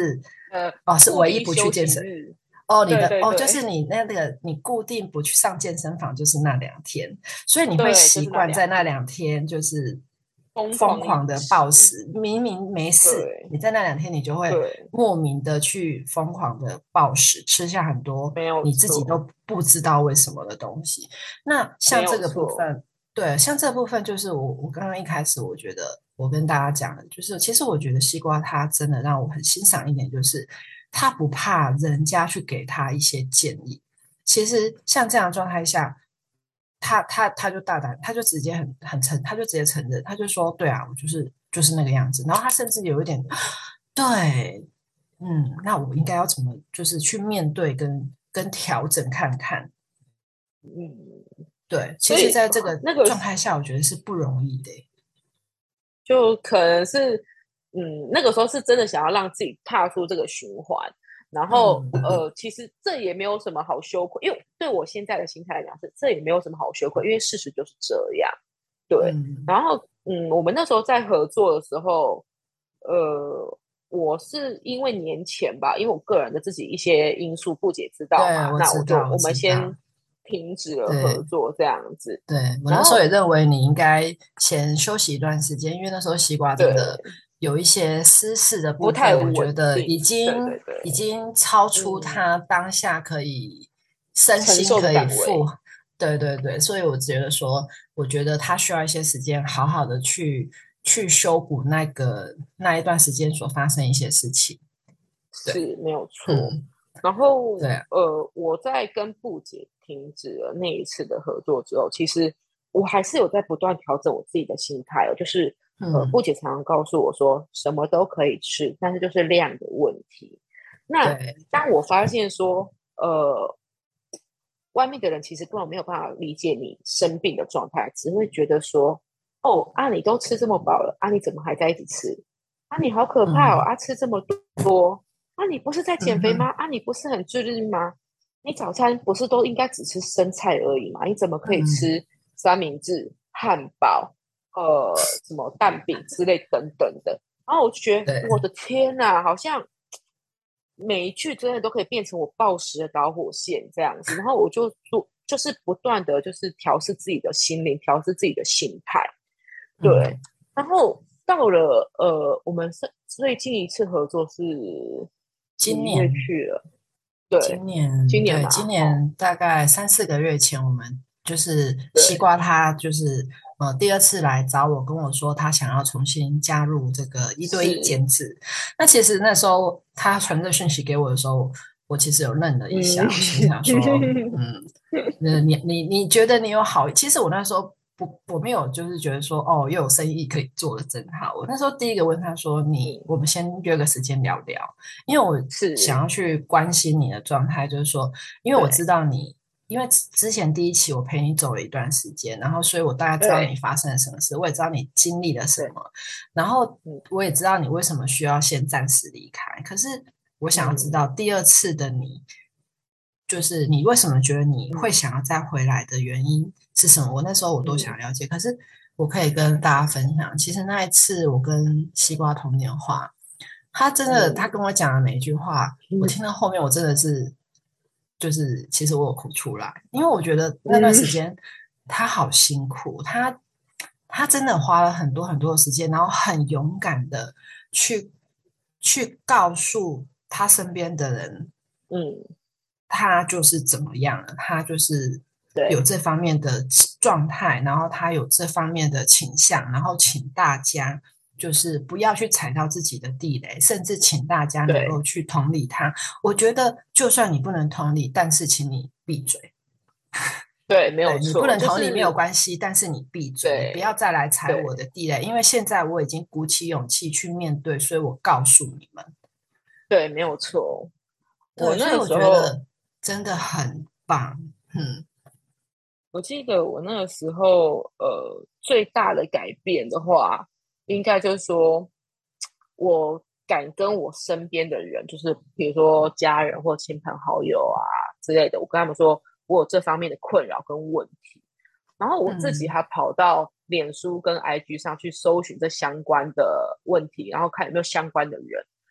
[SPEAKER 1] 呃
[SPEAKER 2] 哦，是
[SPEAKER 1] 固
[SPEAKER 2] 唯一不去
[SPEAKER 1] 定休
[SPEAKER 2] 健身。
[SPEAKER 1] 息日。
[SPEAKER 2] 哦，你
[SPEAKER 1] 对
[SPEAKER 2] 的哦，就
[SPEAKER 1] 对对
[SPEAKER 2] 是你那个你固定不去上健身房，就是那两天，所以你会
[SPEAKER 1] 对，就
[SPEAKER 2] 习
[SPEAKER 1] 是那
[SPEAKER 2] 惯在那
[SPEAKER 1] 两天
[SPEAKER 2] 两天就是
[SPEAKER 1] 疯狂饮
[SPEAKER 2] 疯狂的暴
[SPEAKER 1] 食。
[SPEAKER 2] 食，明明没事，
[SPEAKER 1] 对
[SPEAKER 2] 你在那两天你就会
[SPEAKER 1] 对，
[SPEAKER 2] 莫名的去疯狂的暴食，吃下很多
[SPEAKER 1] 没有
[SPEAKER 2] 你自己
[SPEAKER 1] 错，
[SPEAKER 2] 都不知道为什么的东西。那
[SPEAKER 1] 没
[SPEAKER 2] 像这个部
[SPEAKER 1] 有错。
[SPEAKER 2] 分，对，像这部分就是我我刚刚一开始我觉得我跟大家讲的，就是其实我觉得西瓜它真的让我很欣赏一点，就是他不怕人家去给他一些建议。其实像这样的状态下，他他他就大胆，他就直接很很承，他就直接承认，他就说对啊，我就是就是那个样子。然后他甚至有一点对，嗯，那我应该要怎么就是去面对跟跟调整看看。
[SPEAKER 1] 嗯，
[SPEAKER 2] 对，其实
[SPEAKER 1] 所以
[SPEAKER 2] 在这个
[SPEAKER 1] 那个
[SPEAKER 2] 状态下，我觉得是不容易的欸。
[SPEAKER 1] 就可能是，嗯，那个时候是真的想要让自己踏出这个循环，然后
[SPEAKER 2] 嗯
[SPEAKER 1] 呃，其实这也没有什么好羞愧，因为对我现在的心态来讲是，这也没有什么好羞愧，因为事实就是这样。对，
[SPEAKER 2] 嗯，
[SPEAKER 1] 然后嗯，我们那时候在合作的时候，呃，我是因为年前吧，因为我个人的自己一些因素，不姐知道
[SPEAKER 2] 对，
[SPEAKER 1] 嘛，
[SPEAKER 2] 我
[SPEAKER 1] 那我就
[SPEAKER 2] 知道，我
[SPEAKER 1] 我们
[SPEAKER 2] 知道。
[SPEAKER 1] 先停止了合
[SPEAKER 2] 对
[SPEAKER 1] 作这样子，
[SPEAKER 2] 对，我那时候也
[SPEAKER 1] 然后
[SPEAKER 2] 认为你应该先休息一段时间，因为那时候西瓜真的
[SPEAKER 1] 对
[SPEAKER 2] 有一些私事的部分，
[SPEAKER 1] 不太
[SPEAKER 2] 我觉
[SPEAKER 1] 稳定，
[SPEAKER 2] 得已经
[SPEAKER 1] 对对对，
[SPEAKER 2] 已经超出
[SPEAKER 1] 嗯，
[SPEAKER 2] 他当下可以身
[SPEAKER 1] 承受的
[SPEAKER 2] 心可以负。
[SPEAKER 1] 范围。
[SPEAKER 2] 对对对，所以我觉得说，我觉得他需要一些时间，好好的去去修补那个那一段时间所发生一些事情。对，
[SPEAKER 1] 是没有错。
[SPEAKER 2] 嗯，
[SPEAKER 1] 然后
[SPEAKER 2] 对啊，
[SPEAKER 1] 呃，我在跟布姐停止了那一次的合作之后，其实我还是有在不断调整我自己的心态哦。就是呃，布
[SPEAKER 2] 嗯，
[SPEAKER 1] 姐常常告诉我说，什么都可以吃，但是就是量的问题。那
[SPEAKER 2] 对，
[SPEAKER 1] 当我发现说，呃，外面的人其实根本没有办法理解你生病的状态，只会觉得说，哦，啊，你都吃这么饱了，啊，你怎么还在一直吃？啊，你好可怕哦，
[SPEAKER 2] 嗯
[SPEAKER 1] 啊，吃这么多。啊，你不是在减肥吗？
[SPEAKER 2] 嗯哼，
[SPEAKER 1] 啊，你不是很自律吗？你早餐不是都应该只吃生菜而已吗？你怎么可以
[SPEAKER 2] 嗯，
[SPEAKER 1] 吃三明治、汉堡、呃什么蛋饼之类等等的？然后我就觉得，我
[SPEAKER 2] 对，
[SPEAKER 1] 的天呐，好像每一句真的都可以变成我暴食的导火线这样子。然后我就做，就是不断的就是调试自己的心灵，调试自己的心态。对，
[SPEAKER 2] 嗯。
[SPEAKER 1] 然后到了呃，我们是最近一次合作是几月
[SPEAKER 2] 今年，
[SPEAKER 1] 去了？对，
[SPEAKER 2] 今年，对，
[SPEAKER 1] 今年嘛，
[SPEAKER 2] 今
[SPEAKER 1] 哦，
[SPEAKER 2] 年大概三四个月前，我们就是西
[SPEAKER 1] 对，
[SPEAKER 2] 瓜，他就是呃第二次来找我，跟我说他想要重新加入这个一对一
[SPEAKER 1] 是，
[SPEAKER 2] 减脂。那其实那时候他传这讯息给我的时候，我其实有愣了一
[SPEAKER 1] 嗯，
[SPEAKER 2] 下，我心想说，嗯，那你你你觉得你有好？其实我那时候不，我没有就是觉得说，哦，又有生意可以做了，真好。我那时候第一个问他说，你我
[SPEAKER 1] 嗯，
[SPEAKER 2] 们先约个时间聊聊。因为我想
[SPEAKER 1] 是，
[SPEAKER 2] 要去关心你的状态，就是说，因为我知
[SPEAKER 1] 对
[SPEAKER 2] 道你，因为之前第一期我陪你走了一段时间，然后所以我大概知道你
[SPEAKER 1] 对
[SPEAKER 2] 发生了什么事，我也知道你经历了什
[SPEAKER 1] 对，
[SPEAKER 2] 么，然后
[SPEAKER 1] 嗯
[SPEAKER 2] 我也知道你为什么需要先暂时离开。可是我想要知道
[SPEAKER 1] 嗯
[SPEAKER 2] 第二次的你，就是你为什么觉得你会
[SPEAKER 1] 嗯
[SPEAKER 2] 想要再回来的原因是什么？我那时候我都想
[SPEAKER 1] 嗯
[SPEAKER 2] 了解，可是我可以跟大家分享，其实那一次我跟西瓜通电话。他真的，他
[SPEAKER 1] 嗯
[SPEAKER 2] 跟我讲的每一句话，我
[SPEAKER 1] 嗯
[SPEAKER 2] 听到后面，我真的是，就是其实我有哭出来，因为我觉得那段
[SPEAKER 1] 嗯，
[SPEAKER 2] 时间他好辛苦，他他真的花了很多很多的时间，然后很勇敢的去去告诉他身边的人，
[SPEAKER 1] 嗯，
[SPEAKER 2] 他就是怎么样了，他就是有
[SPEAKER 1] 对
[SPEAKER 2] 这方面的状态，然后他有这方面的倾向，然后请大家就是不要去踩到自己的地雷，甚至请大家能够
[SPEAKER 1] 对
[SPEAKER 2] 去同理他。我觉得，就算你不能同理，但是请你闭嘴。
[SPEAKER 1] 对，没有
[SPEAKER 2] 对你不
[SPEAKER 1] 错，
[SPEAKER 2] 能同理没有
[SPEAKER 1] 就是
[SPEAKER 2] 关系，但是你闭嘴，你不要
[SPEAKER 1] 对
[SPEAKER 2] 再来踩我
[SPEAKER 1] 对
[SPEAKER 2] 的地雷，因为现在我已经鼓起勇气去面对，所以我告诉你们。
[SPEAKER 1] 对，没有错。我
[SPEAKER 2] 对，所
[SPEAKER 1] 那个
[SPEAKER 2] 以我
[SPEAKER 1] 时候
[SPEAKER 2] 觉得真的很棒。嗯
[SPEAKER 1] 我记得我那个时候，呃，最大的改变的话，应该就是说，我敢跟我身边的人，就是比如说家人或亲朋好友啊之类的，我跟他们说我有这方面的困扰跟问题，然后我自己
[SPEAKER 2] 嗯
[SPEAKER 1] 还跑到脸书跟 I G 上去搜寻这相关的问题，然后看有没有相关的人，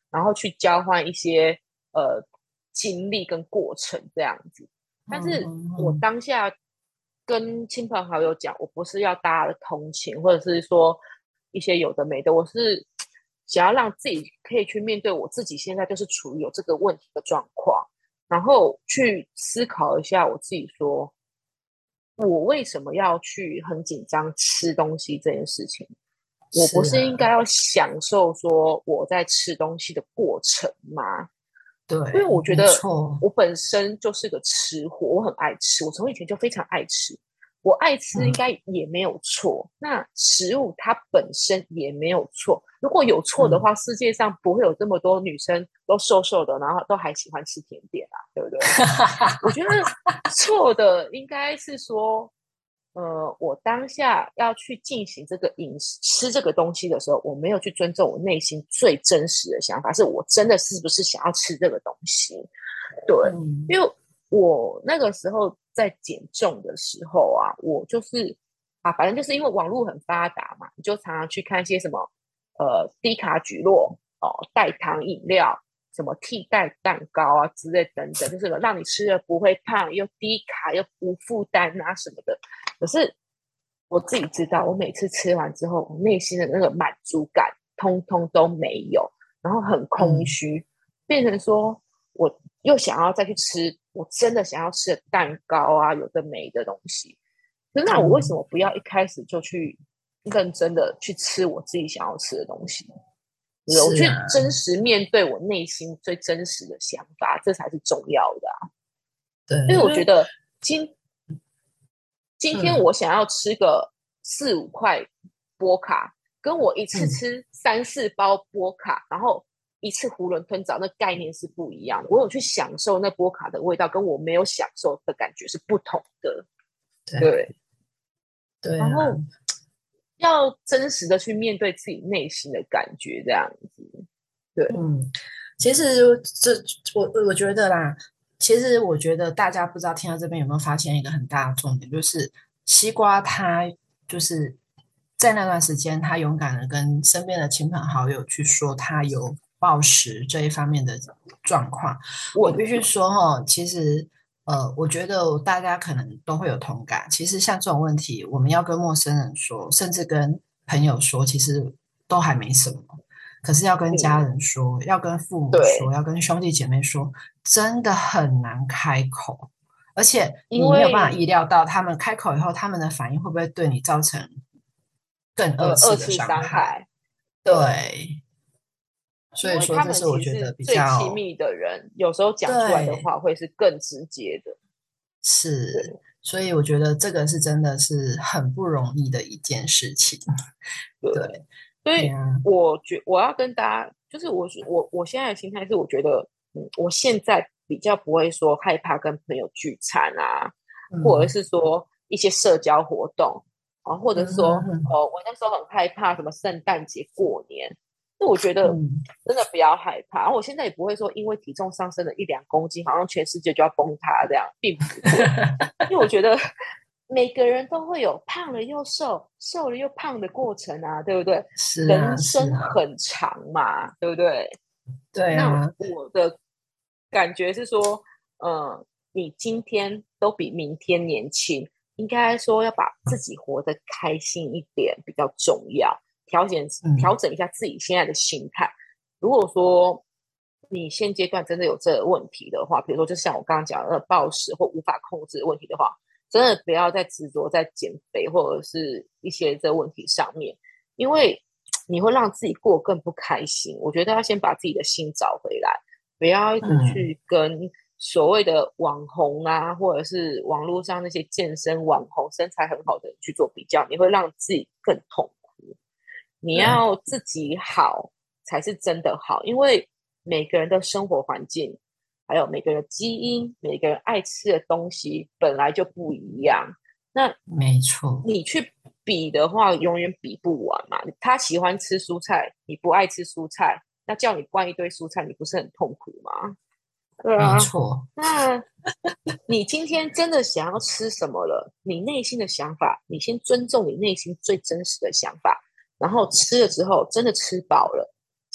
[SPEAKER 1] 然后去交换一些呃经历跟过程这样子。但是我当下跟亲朋好友讲，我不是要大家的同情，或者是说一些有的没的，我是想要让自己可以去面对我自己现在就是处于有这个问题的状况，然后去思考一下我自己说，我为什么要去很紧张吃东西这件事情？我不是应该要享受说我在吃东西的过程吗？
[SPEAKER 2] 对，
[SPEAKER 1] 因为我觉得我本身就是个吃货，我很爱吃，我从以前就非常爱吃。我爱吃应该也没有错，嗯、那食物它本身也没有错。如果有错的话，嗯、世界上不会有这么多女生都瘦瘦的，然后都还喜欢吃甜点啊，对不对？我觉得错的应该是说，呃，我当下要去进行这个饮食吃这个东西的时候，我没有去尊重我内心最真实的想法，是我真的是不是想要吃这个东西？对，嗯、因为我那个时候在减重的时候啊，我就是啊，反正就是因为网络很发达嘛，你就常常去看一些什么呃低卡蒟蒻哦，代糖饮料。什么替代蛋糕啊之类等等，就是让你吃了不会胖，又低卡又无负担啊什么的。可是我自己知道，我每次吃完之后，我内心的那个满足感通通都没有，然后很空虚，嗯、变成说我又想要再去吃我真的想要吃的蛋糕啊，有的没的东西。可是那我为什么不要一开始就去认真的去吃我自己想要吃的东西？我去真实面对我内心最真实的想法，这才是重要的啊。
[SPEAKER 2] 对，
[SPEAKER 1] 因为我觉得今今天我想要吃个四五块波卡，跟我一次吃三四包波卡，然后一次囫囵吞枣，那概念是不一样的。我有去享受那波卡的味道，跟我没有享受的感觉是不同的。
[SPEAKER 2] 对
[SPEAKER 1] 对，
[SPEAKER 2] 对、
[SPEAKER 1] 啊，然后要真实的去面对自己内心的感觉，这样子。对，
[SPEAKER 2] 嗯，其实这我我觉得啦，其实我觉得大家不知道听到这边有没有发现一个很大的重点，就是西瓜它就是在那段时间，他勇敢的跟身边的亲朋好友去说他有暴食这一方面的状况。我必须说哈，其实呃，我觉得大家可能都会有同感。其实像这种问题，我们要跟陌生人说，甚至跟朋友说，其实都还没什么。可是要跟家人说，嗯、要跟父母说，要跟兄弟姐妹说，真的很难开口。而且你没有办法意料到，他们开口以后，他们的反应会不会对你造成更二次的伤害？呃、伤害
[SPEAKER 1] 对，
[SPEAKER 2] 对，所以说这是我觉得比较
[SPEAKER 1] 最亲密的人，有时候讲出来的话会是更直接的。
[SPEAKER 2] 是，所以我觉得这个是真的是很不容易的一件事情。
[SPEAKER 1] 对，
[SPEAKER 2] 对，
[SPEAKER 1] 所以我觉我要跟大家，就是我我我现在的心态是，我觉得，嗯，我现在比较不会说害怕跟朋友聚餐啊，嗯、或者是说一些社交活动啊，或者是说，哦、嗯呃，我那时候很害怕什么圣诞节、过年，那我觉得真的不要害怕。然后我现在也不会说，因为体重上升了一两公斤，好像全世界就要崩塌这样，并不会，因为我觉得。每个人都会有胖了又瘦，瘦了又胖的过程啊，对不对？
[SPEAKER 2] 是啊，
[SPEAKER 1] 人生很长嘛，
[SPEAKER 2] 啊、
[SPEAKER 1] 对不对？
[SPEAKER 2] 对啊。
[SPEAKER 1] 那我的感觉是说，嗯，你今天都比明天年轻，应该说要把自己活得开心一点比较重要，调整调整一下自己现在的心态。嗯、如果说你现阶段真的有这个问题的话，比如说就像我刚刚讲的暴食或无法控制的问题的话，真的不要再执着在减肥或者是一些这问题上面，因为你会让自己过更不开心。我觉得要先把自己的心找回来，不要一直去跟所谓的网红啊，或者是网络上那些健身网红身材很好的人去做比较，你会让自己更痛苦。你要自己好才是真的好，因为每个人的生活环境还有每个人的基因，每个人爱吃的东西本来就不一样。那
[SPEAKER 2] 没错，
[SPEAKER 1] 你去比的话，永远比不完嘛。他喜欢吃蔬菜，你不爱吃蔬菜，那叫你灌一堆蔬菜，你不是很痛苦吗？对啊，
[SPEAKER 2] 没错。
[SPEAKER 1] 那你今天真的想要吃什么了？你内心的想法，你先尊重你内心最真实的想法，然后吃了之后真的吃饱了，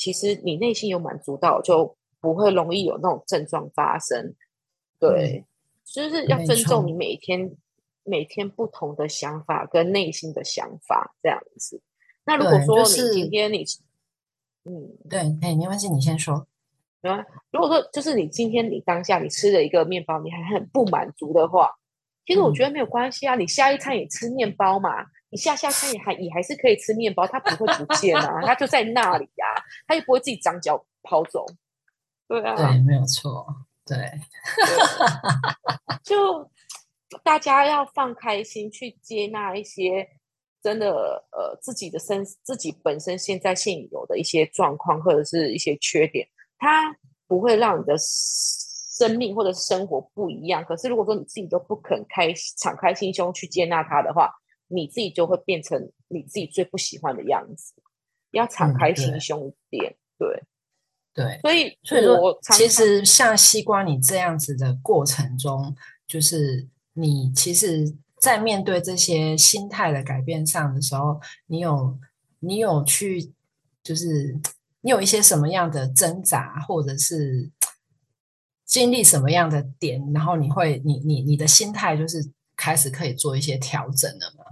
[SPEAKER 1] 其实你内心有满足到，就不会容易有那种症状发生。对，
[SPEAKER 2] 嗯，
[SPEAKER 1] 就是要尊重
[SPEAKER 2] 没错。
[SPEAKER 1] 你每一天每天不同的想法跟内心的想法这样子。那如果
[SPEAKER 2] 对，就
[SPEAKER 1] 说你今
[SPEAKER 2] 是
[SPEAKER 1] 天你嗯，
[SPEAKER 2] 对，哎，没关系，你先说。
[SPEAKER 1] 啊，如果说就是你今天你当下你吃了一个面包，你还很不满足的话，其实我觉
[SPEAKER 2] 嗯，
[SPEAKER 1] 得没有关系啊，你下一餐也吃面包嘛，你下下餐也还也还是可以吃面包，它不会不见啊，它就在那里啊，它又不会自己长脚跑走。对啊，
[SPEAKER 2] 对，没有错。对，
[SPEAKER 1] 对，就大家要放开心去接纳一些真的呃自己的身自己本身现在现有的一些状况或者是一些缺点，它不会让你的生命或者是生活不一样。可是如果说你自己都不肯开敞开心胸去接纳它的话，你自己就会变成你自己最不喜欢的样子。要敞
[SPEAKER 2] 嗯，
[SPEAKER 1] 开心
[SPEAKER 2] 对
[SPEAKER 1] 胸一点，对。
[SPEAKER 2] 对，
[SPEAKER 1] 所以
[SPEAKER 2] 所以说，
[SPEAKER 1] 我常常
[SPEAKER 2] 其实像西瓜你这样子的过程中，就是你其实，在面对这些心态的改变上的时候，你有你有去，就是你有一些什么样的挣扎，或者是经历什么样的点，然后你会，你你你的心态就是开始可以做一些调整了吗？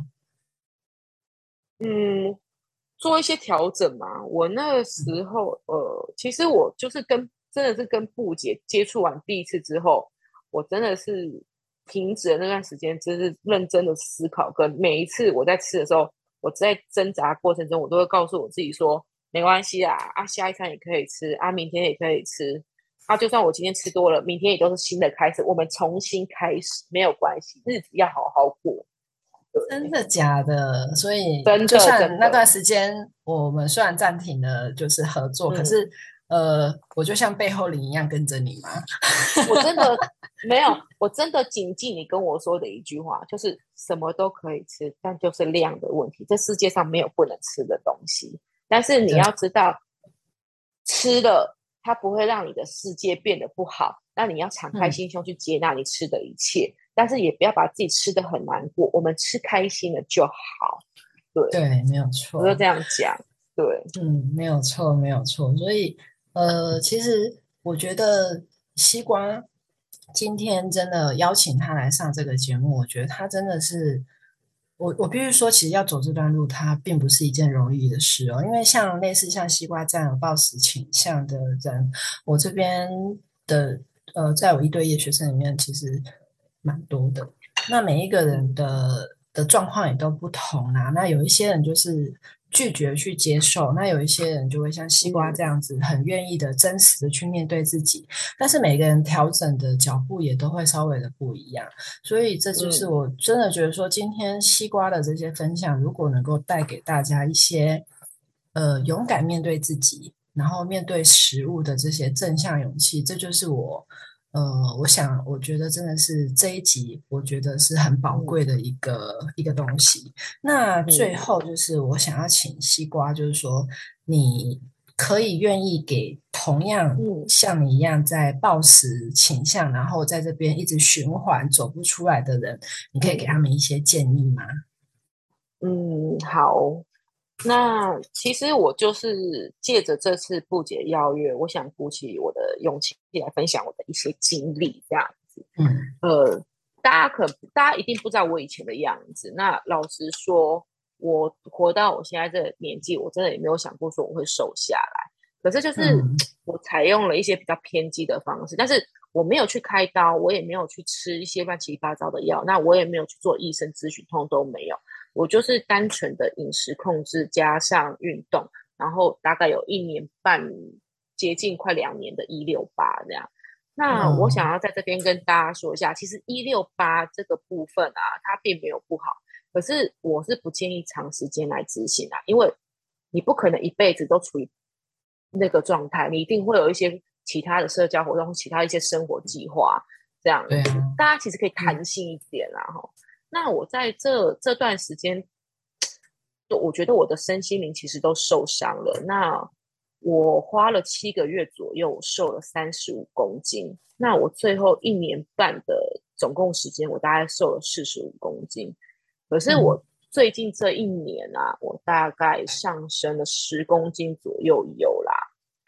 [SPEAKER 1] 嗯做一些调整嘛。我那个时候，呃，其实我就是跟真的是跟布姐接触完第一次之后，我真的是停止了那段时间，就是认真的思考。跟每一次我在吃的时候，我在挣扎过程中，我都会告诉我自己说，没关系啊，啊，下一餐也可以吃，啊，明天也可以吃，啊，就算我今天吃多了，明天也都是新的开始，我们重新开始，没有关系，日子要好好过。对，
[SPEAKER 2] 真的假的？所以就
[SPEAKER 1] 真的真的，
[SPEAKER 2] 算那段时间我们虽然暂停了就是合作，可
[SPEAKER 1] 嗯。
[SPEAKER 2] 是呃，我就像背后灵一样跟着你嘛。
[SPEAKER 1] 我真的没有，我真的谨记你跟我说的一句话，就是什么都可以吃，但就是量的问题。这世界上没有不能吃的东西，但是你
[SPEAKER 2] 对，
[SPEAKER 1] 要知道，吃了它不会让你的世界变得不好。那你要敞开
[SPEAKER 2] 嗯，
[SPEAKER 1] 心胸去接纳你吃的一切，但是也不要把自己吃的很难过。我们吃开心了就好。对，
[SPEAKER 2] 对，没有错。
[SPEAKER 1] 我就这样讲。对，
[SPEAKER 2] 嗯，没有错，没有错。所以呃，其实我觉得西瓜今天真的邀请他来上这个节目，我觉得他真的是。我我必须说，其实要走这段路，它并不是一件容易的事哦。因为像类似像西瓜这样有暴食倾向的人，我这边的呃，在我一对一的学生里面，其实蛮多的。那每一个人
[SPEAKER 1] 嗯
[SPEAKER 2] 的的状况也都不同啊。那有一些人就是拒绝去接受，那有一些人就会像西瓜这
[SPEAKER 1] 嗯
[SPEAKER 2] 样子，很愿意的、真实的去面对自己。但是每个人调整的脚步也都会稍微的不一样。所以这就是
[SPEAKER 1] 嗯
[SPEAKER 2] 我真的觉得说，今天西瓜的这些分享，如果能够带给大家一些呃勇敢面对自己，然后面对食物的这些正向勇气，这就是我呃，我想我觉得真的是这一集，我觉得是很宝
[SPEAKER 1] 嗯
[SPEAKER 2] 贵的一个一个东西。那最
[SPEAKER 1] 嗯
[SPEAKER 2] 后就是我想要请西瓜，就是说你可以愿意给同样
[SPEAKER 1] 嗯。
[SPEAKER 2] 像你一样在暴食倾向，然后在这边一直循环走不出来的人，你可以给他
[SPEAKER 1] 嗯
[SPEAKER 2] 们一些建议吗？
[SPEAKER 1] 嗯，好。那其实我就是借着这次不解邀约，我想鼓起我的勇气来分享我的一些经历，这样子。
[SPEAKER 2] 嗯
[SPEAKER 1] 呃，大家可大家一定不知道我以前的样子。那老实说，我活到我现在这个年纪，我真的也没有想过说我会瘦下来。可是就是
[SPEAKER 2] 嗯
[SPEAKER 1] 我采用了一些比较偏激的方式，但是我没有去开刀，我也没有去吃一些乱七八糟的药，那我也没有去做医生咨询，通通都没有。我就是单纯的饮食控制加上运动，然后大概有一年半，接近快两年的一六八这样。那我想
[SPEAKER 2] 嗯
[SPEAKER 1] 要在这边跟大家说一下，其实一六八这个部分啊，它并没有不好，可是我是不建议长时间来执行啊，因为你不可能一辈子都处于那个状态，你一定会有一些其他的社交活动、其他一些生活计划这样子，
[SPEAKER 2] 对啊，
[SPEAKER 1] 大家其实可以
[SPEAKER 2] 嗯
[SPEAKER 1] 弹性一点啦哈。那我在这这段时间，就我觉得我的身心灵其实都受伤了。那我花了七个月左右，瘦了三十五公斤。那我最后一年半的总共时间，我大概瘦了四十五公斤。可是
[SPEAKER 2] 嗯
[SPEAKER 1] 我最近这一年啊，我大概上升了十公斤左右有啦。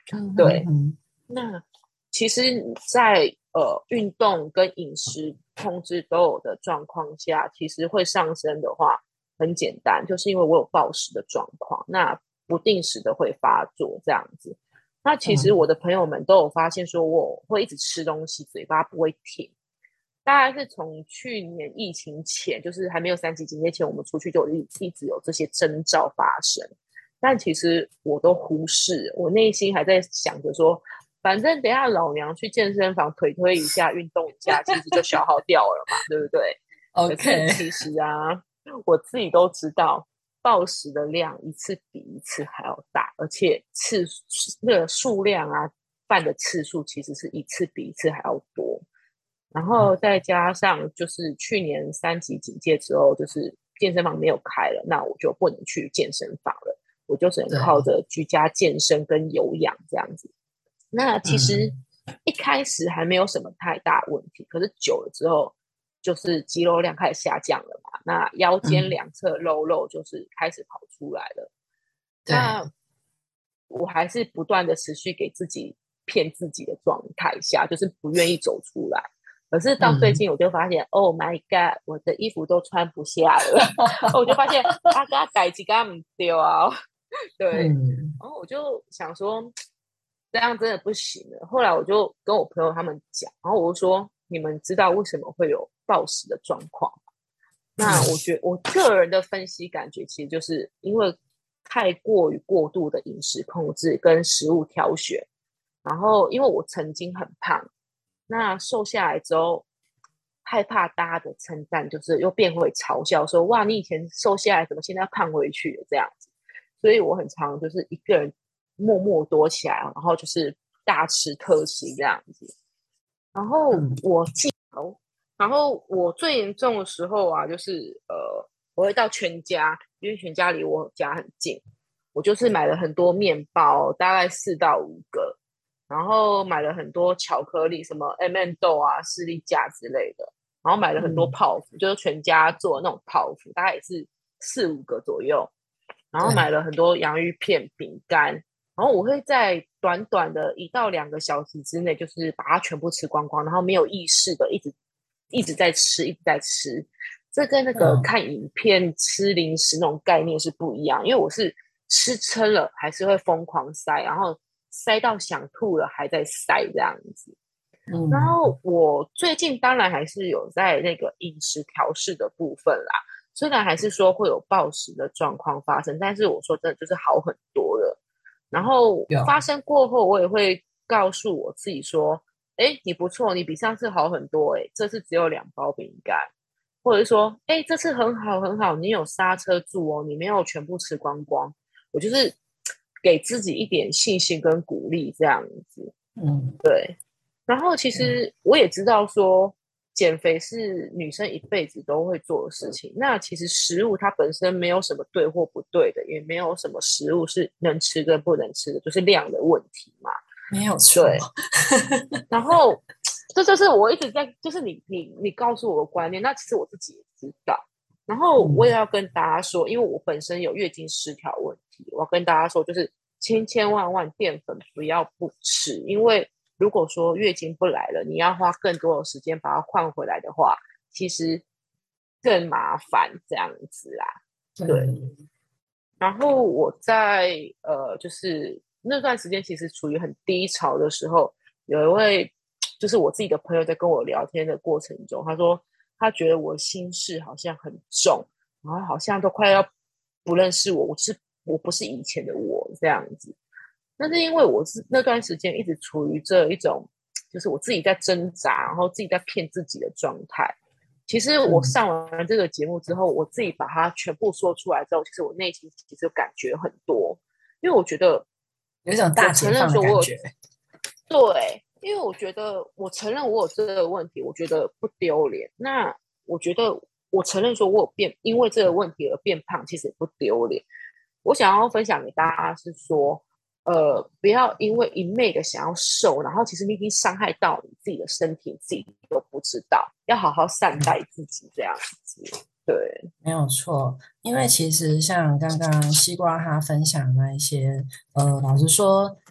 [SPEAKER 2] 嗯
[SPEAKER 1] 对，
[SPEAKER 2] 嗯
[SPEAKER 1] 那其实在，呃运动跟饮食控制都有的状况下，其实会上升的话，很简单，就是因为我有暴食的状况，那不定时的会发作这样子。那其实
[SPEAKER 2] 嗯，
[SPEAKER 1] 我的朋友们都有发现说，我会一直吃东西，嘴巴不会停。大概是从去年疫情前，就是还没有三级警戒前，我们出去就一一直有这些征兆发生。但其实我都忽视，我内心还在想着说，反正等一下老娘去健身房腿推一下，运动一下，其实就消耗掉了嘛，对不对？可是
[SPEAKER 2] ，OK，
[SPEAKER 1] 其实啊，我自己都知道，暴食的量一次比一次还要大，而且次那个数量啊，犯的次数其实是一次比一次还要多。然后再加上就是去年三级警戒之后，就是健身房没有开了，那我就不能去健身房了，我就只能靠
[SPEAKER 2] 对，
[SPEAKER 1] 着居家健身跟有氧这样子。那其实
[SPEAKER 2] 嗯
[SPEAKER 1] 一开始还没有什么太大问题，可是久了之后，就是肌肉量开始下降了嘛，那腰间
[SPEAKER 2] 嗯，
[SPEAKER 1] 两侧肉肉就是开始跑出来了。那
[SPEAKER 2] 对，
[SPEAKER 1] 我还是不断的持续给自己骗自己的状态下，就是不愿意走出来。可是到最
[SPEAKER 2] 嗯，
[SPEAKER 1] 近，我就发现，Oh my God，我的衣服都穿不下了。我就发现，啊，给他改几个唔丢啊，对。
[SPEAKER 2] 嗯
[SPEAKER 1] 然后我就想说，这样真的不行了。后来我就跟我朋友他们讲，然后我就说，你们知道为什么会有暴食的状况？那我
[SPEAKER 2] 嗯
[SPEAKER 1] 觉得我个人的分析感觉，其实就是因为太过于过度的饮食控制跟食物挑选，然后因为我曾经很胖，那瘦下来之后，害怕大家的称赞，就是又变回嘲笑说，哇，你以前瘦下来，怎么现在胖回去了这样子？所以我很常就是一个人默默躲起来，然后就是大吃特吃这样子。然后
[SPEAKER 2] 嗯
[SPEAKER 1] 我记然后我最严重的时候啊，就是呃，我会到全家，因为全家离我家很近，我就是买了很多面包，大概四到五个，然后买了很多巧克力，什么 M and 豆啊、士力架之类的，然后买了很多
[SPEAKER 2] 嗯，
[SPEAKER 1] 泡芙，就是全家做的那种泡芙，大概也是四五个左右，然后买
[SPEAKER 2] 对，
[SPEAKER 1] 了很多洋芋片、饼干，然后我会在短短的一到两个小时之内，就是把它全部吃光光，然后没有意识的一直一直在吃，一直在吃。这跟那个
[SPEAKER 2] 嗯
[SPEAKER 1] 看影片吃零食那种概念是不一样，因为我是吃撑了还是会疯狂塞，然后塞到想吐了还在塞这样子。然
[SPEAKER 2] 嗯
[SPEAKER 1] 后我最近当然还是有在那个饮食调试的部分啦，虽然还是说会有暴食的状况发生，但是我说真的就是好很多了。然后发
[SPEAKER 2] 有，
[SPEAKER 1] 生过后，我也会告诉我自己说：“哎，你不错，你比上次好很多。哎，这次只有两包饼干，或者是说，哎，这次很好很好，你有刹车住哦，你没有全部吃光光。”我就是给自己一点信心跟鼓励，这样子。
[SPEAKER 2] 嗯
[SPEAKER 1] 对，然后其
[SPEAKER 2] 嗯
[SPEAKER 1] 实我也知道说，减肥是女生一辈子都会做的事情。那其实食物它本身没有什么对或不对的，也没有什么食物是能吃跟不能吃的，就是量的问题嘛。
[SPEAKER 2] 没有错，
[SPEAKER 1] 对，然后这就是我一直在，就是你你你告诉我的观念，那其实我自己也知道。然后我也
[SPEAKER 2] 嗯
[SPEAKER 1] 要跟大家说，因为我本身有月经失调问题，我要跟大家说，就是千千万万淀粉不要不吃，因为如果说月经不来了，你要花更多的时间把它换回来的话，其实更麻烦这样子啦。对，
[SPEAKER 2] 对，
[SPEAKER 1] 然后我在呃，就是那段时间其实处于很低潮的时候，有一位就是我自己的朋友在跟我聊天的过程中，他说他觉得我心事好像很重，然后好像都快要不认识我，我是我不是以前的我这样子。那是因为我是那段时间一直处于这一种，就是我自己在挣扎，然后自己在骗自己的状态。其实我
[SPEAKER 2] 嗯，
[SPEAKER 1] 上完这个节目之后，我自己把它全部说出来之后，其实我内心其实感觉很多，因为我觉得
[SPEAKER 2] 有一种
[SPEAKER 1] 我
[SPEAKER 2] 大解放的
[SPEAKER 1] 承认说我有
[SPEAKER 2] 感觉，
[SPEAKER 1] 对，因为我觉得我承认我有这个问题，我觉得不丢脸。那我觉得我承认说我有变，因为这个问题而变胖，其实也不丢脸。我想要分享给大家是说，呃，不要因为一昧的想要瘦，然后其实你已经伤害到你自己的身体，自己都不知道，要好好善
[SPEAKER 2] 嗯。
[SPEAKER 1] 待自己这样子。对，
[SPEAKER 2] 没有错，因为其实像刚刚西瓜他分享的那一些，呃，老实说，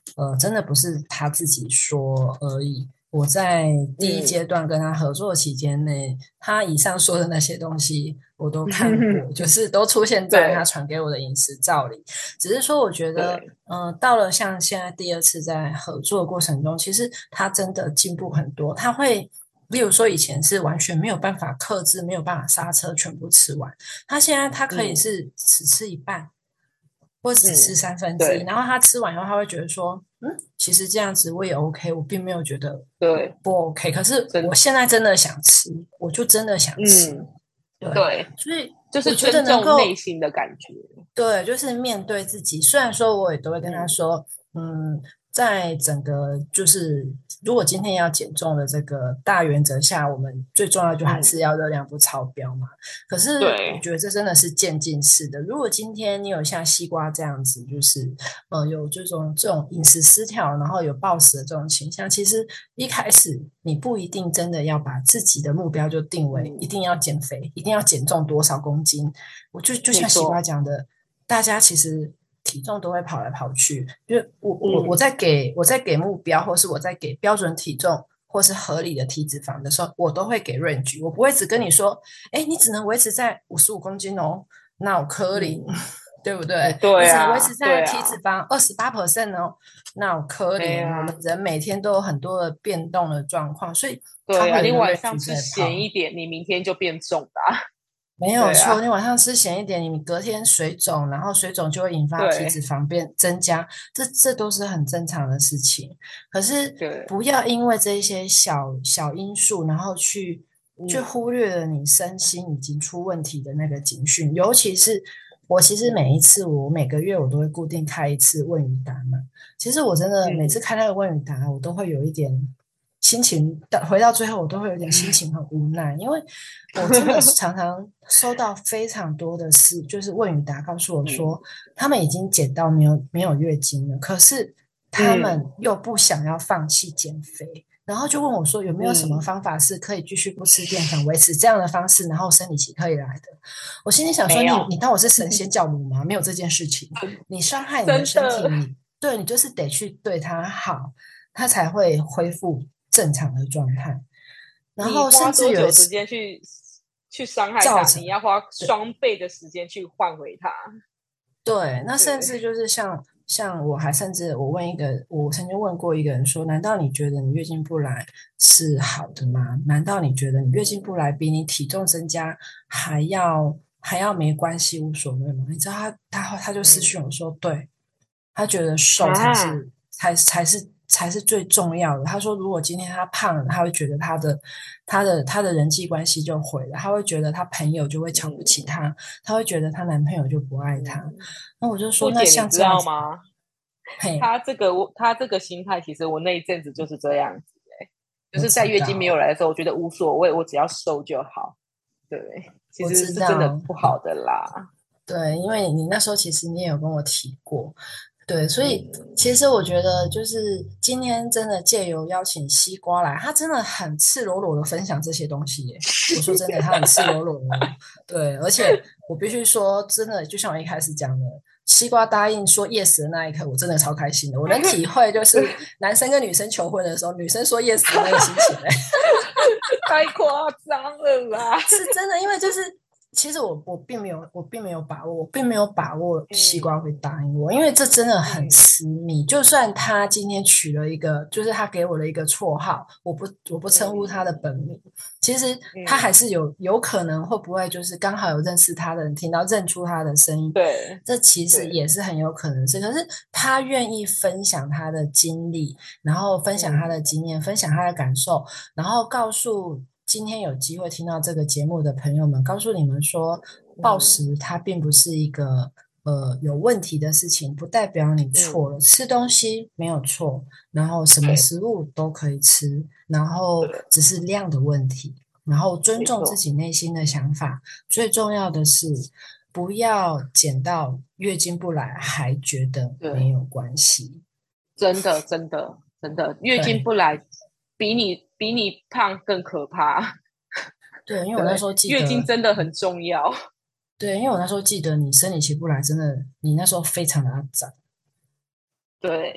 [SPEAKER 2] 呃，真的不是他自己说而已。我在第一阶段跟他合作期间内，他以上说的那些东西我都看过，就是都出现在他传给我的饮食照里。只是说，我觉得，嗯、呃，到了像现在第二次在合作的过程中，其实他真的进步很多。他会，例如说以前是完全没有办法克制，没有办法刹车，全部吃完。他现在他可以是只吃一半。或者只吃三分之一，然后他吃完以后，他会觉得说，嗯，其实这样子我也 OK，我并没有觉得
[SPEAKER 1] 对
[SPEAKER 2] 不 OK，可是我现在真的想吃，我就真的想吃，
[SPEAKER 1] 嗯，
[SPEAKER 2] 对，
[SPEAKER 1] 对，
[SPEAKER 2] 所以
[SPEAKER 1] 就是
[SPEAKER 2] 我觉得
[SPEAKER 1] 尊重
[SPEAKER 2] 能够
[SPEAKER 1] 内心的感觉。
[SPEAKER 2] 对，就是面对自己。虽然说我也都会跟他说，嗯，在整个就是如果今天要减重的这个大原则下，我们最重要就还是要热量不超标嘛。可是我觉得这真的是渐进式的。如果今天你有像西瓜这样子，就是呃有这种这种饮食失调，然后有暴食的这种倾向，其实一开始你不一定真的要把自己的目标就定为一定要减肥，一定要减重多少公斤。我就就像西瓜讲的。大家其实体重都会跑来跑去，就我我我在给我在给目标，或是我在给标准体重，或是合理的体脂肪的时候，我都会给 range，我不会只跟你说，哎，你只能维持在五十五公斤哦，那我可以，嗯、对不对？
[SPEAKER 1] 对啊，
[SPEAKER 2] 你只能维持在体脂肪二十八 percent 哦，那我可怜、啊，我们人每天都有很多的变动的状况，所以
[SPEAKER 1] 对啊，你晚上吃咸一点，你明天就变重的、啊。
[SPEAKER 2] 没有错、啊，你晚上吃咸一点，你隔天水肿，然后水肿就会引发体脂肪变增加，这这都是很正常的事情。可是不要因为这些小小因素，然后去去忽略了你身心已经出问题的那个警讯。尤其是我其实每一次我每个月我都会固定开一次问与答嘛。其实我真的每次开那个问与答，我都会有一点。心情回到最后，我都会有点心情很无奈，因为我真的常常收到非常多的事，就是问与答告诉我说，他们已经减到没有没有月经了，可是他们又不想要放弃减肥，然后就问我说有没有什么方法是可以继续不吃淀粉，维持这样的方式，然后生理期可以来的。我心里想说，你你当我是神仙教母吗？没有这件事情，你伤害你的身体，你对你就是得去对它好，它才会恢复正常的状态，然后甚至有
[SPEAKER 1] 时间去去伤害它，你要花双倍的时间去换回它。
[SPEAKER 2] 对，那甚至就是像像我还甚至我问一个，我曾经问过一个人说，难道你觉得你月经不来是好的吗？难道你觉得你月经不来比你体重增加还要还要没关系无所谓吗？你知道他他他就私讯我说，对，他觉得瘦才是、啊、才才是。才是最重要的。他说，如果今天他胖了，他会觉得他的、他的、他的人际关系就毁了，他会觉得他朋友就会瞧不起他，嗯、他会觉得他男朋友就不爱他。嗯、那我就说，那像这样
[SPEAKER 1] 子，你知道吗？他这个他这个心态，其实我那一阵子就是这样子、欸，就是在月经没有来的时候，我觉得无所谓，我只要瘦就好。对，其实是真的不好的啦。
[SPEAKER 2] 对，因为你那时候其实你也有跟我提过。对，所以其实我觉得就是今天真的借由邀请西瓜来，他真的很赤裸裸的分享这些东西耶。我说真的，他很赤裸裸的。对，而且我必须说，真的就像我一开始讲的，西瓜答应说 yes 的那一刻，我真的超开心的。我能体会就是男生跟女生求婚的时候，女生说 yes 的那个心情。
[SPEAKER 1] 太夸张了啦！
[SPEAKER 2] 是真的，因为就是。其实我我并没有我并没有把握，我并没有把握西瓜会答应我，嗯、因为这真的很私密。嗯、就算他今天取了一个，就是他给我的一个绰号，我不我不称呼他的本名，嗯、其实他还是有有可能会不会就是刚好有认识他的人听到认出他的声音，
[SPEAKER 1] 对，
[SPEAKER 2] 这其实也是很有可能是。可是他愿意分享他的经历，然后分享他的经验，嗯、分享他的感受，然后告诉。今天有机会听到这个节目的朋友们，告诉你们说，暴食它并不是一个呃有问题的事情，不代表你错了。嗯、吃东西没有错，然后什么食物都可以吃，然后只是量的问题，然后尊重自己内心的想法。最重要的是，不要减到月经不来还觉得没有关系。
[SPEAKER 1] 真的，真的，真的，月经不来比你。比你胖更可怕。
[SPEAKER 2] 对，因为我那时候记得
[SPEAKER 1] 月经真的很重要。
[SPEAKER 2] 对，因为我那时候记得你生理期不来，真的，你那时候非常的肮脏。
[SPEAKER 1] 对，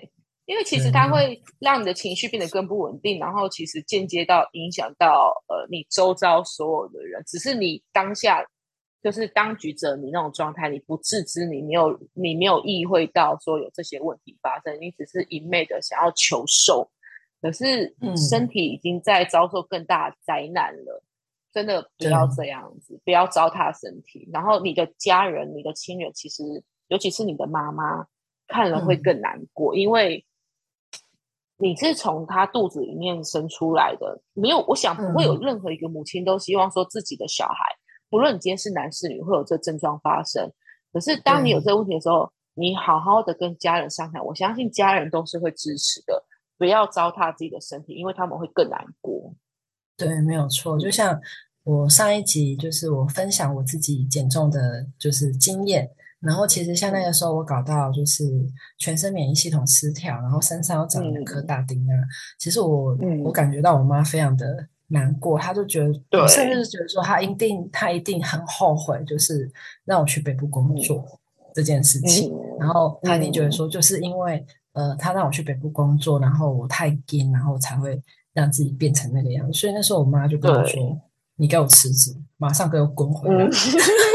[SPEAKER 1] 因为其实
[SPEAKER 2] 对，
[SPEAKER 1] 它会让你的情绪变得更不稳定，然后其实间接到影响到呃你周遭所有的人，只是你当下就是当局者迷那种状态，你不自知，你没有你没有意会到说有这些问题发生，你只是一昧的想要求寿，可是身
[SPEAKER 2] 嗯，
[SPEAKER 1] 体已经在遭受更大的灾难了。真的不要这
[SPEAKER 2] 对，
[SPEAKER 1] 样子，不要糟蹋身体。然后你的家人、你的亲人，其实尤其是你的妈妈，看了会
[SPEAKER 2] 嗯，
[SPEAKER 1] 更难过，因为你是从他肚子里面生出来的，没有，我想不会有
[SPEAKER 2] 嗯，
[SPEAKER 1] 任何一个母亲都希望说自己的小孩，不论你今天是男是女，会有这症状发生。可是当你有这
[SPEAKER 2] 对。
[SPEAKER 1] 个问题的时候，你好好的跟家人商谈，我相信家人都是会支持的，不要糟蹋自己的身体，因为他们会更难过。
[SPEAKER 2] 对，没有错。就
[SPEAKER 1] 嗯
[SPEAKER 2] 像我上一集，就是我分享我自己减重的，就是经验。然后其实像那个
[SPEAKER 1] 嗯
[SPEAKER 2] 时候，我搞到就是全身免疫系统失调，然后身上又长两颗
[SPEAKER 1] 嗯
[SPEAKER 2] 大钉啊。其实我我
[SPEAKER 1] 嗯，
[SPEAKER 2] 感觉到我妈非常的难过，她就觉得，我甚至
[SPEAKER 1] 对，
[SPEAKER 2] 是觉得说，她一定她一定很后悔，就是让我去北部工
[SPEAKER 1] 嗯
[SPEAKER 2] 作这件事情。然
[SPEAKER 1] 嗯
[SPEAKER 2] 后她一定觉得
[SPEAKER 1] 嗯，
[SPEAKER 2] 说，就是因为呃，她让我去北部工作，然后我太硬，然后才会让自己变成那个样子。所以那时候我妈就跟我说：
[SPEAKER 1] 对，
[SPEAKER 2] “你给我辞职，马上给我滚回
[SPEAKER 1] 嗯。
[SPEAKER 2] 来。”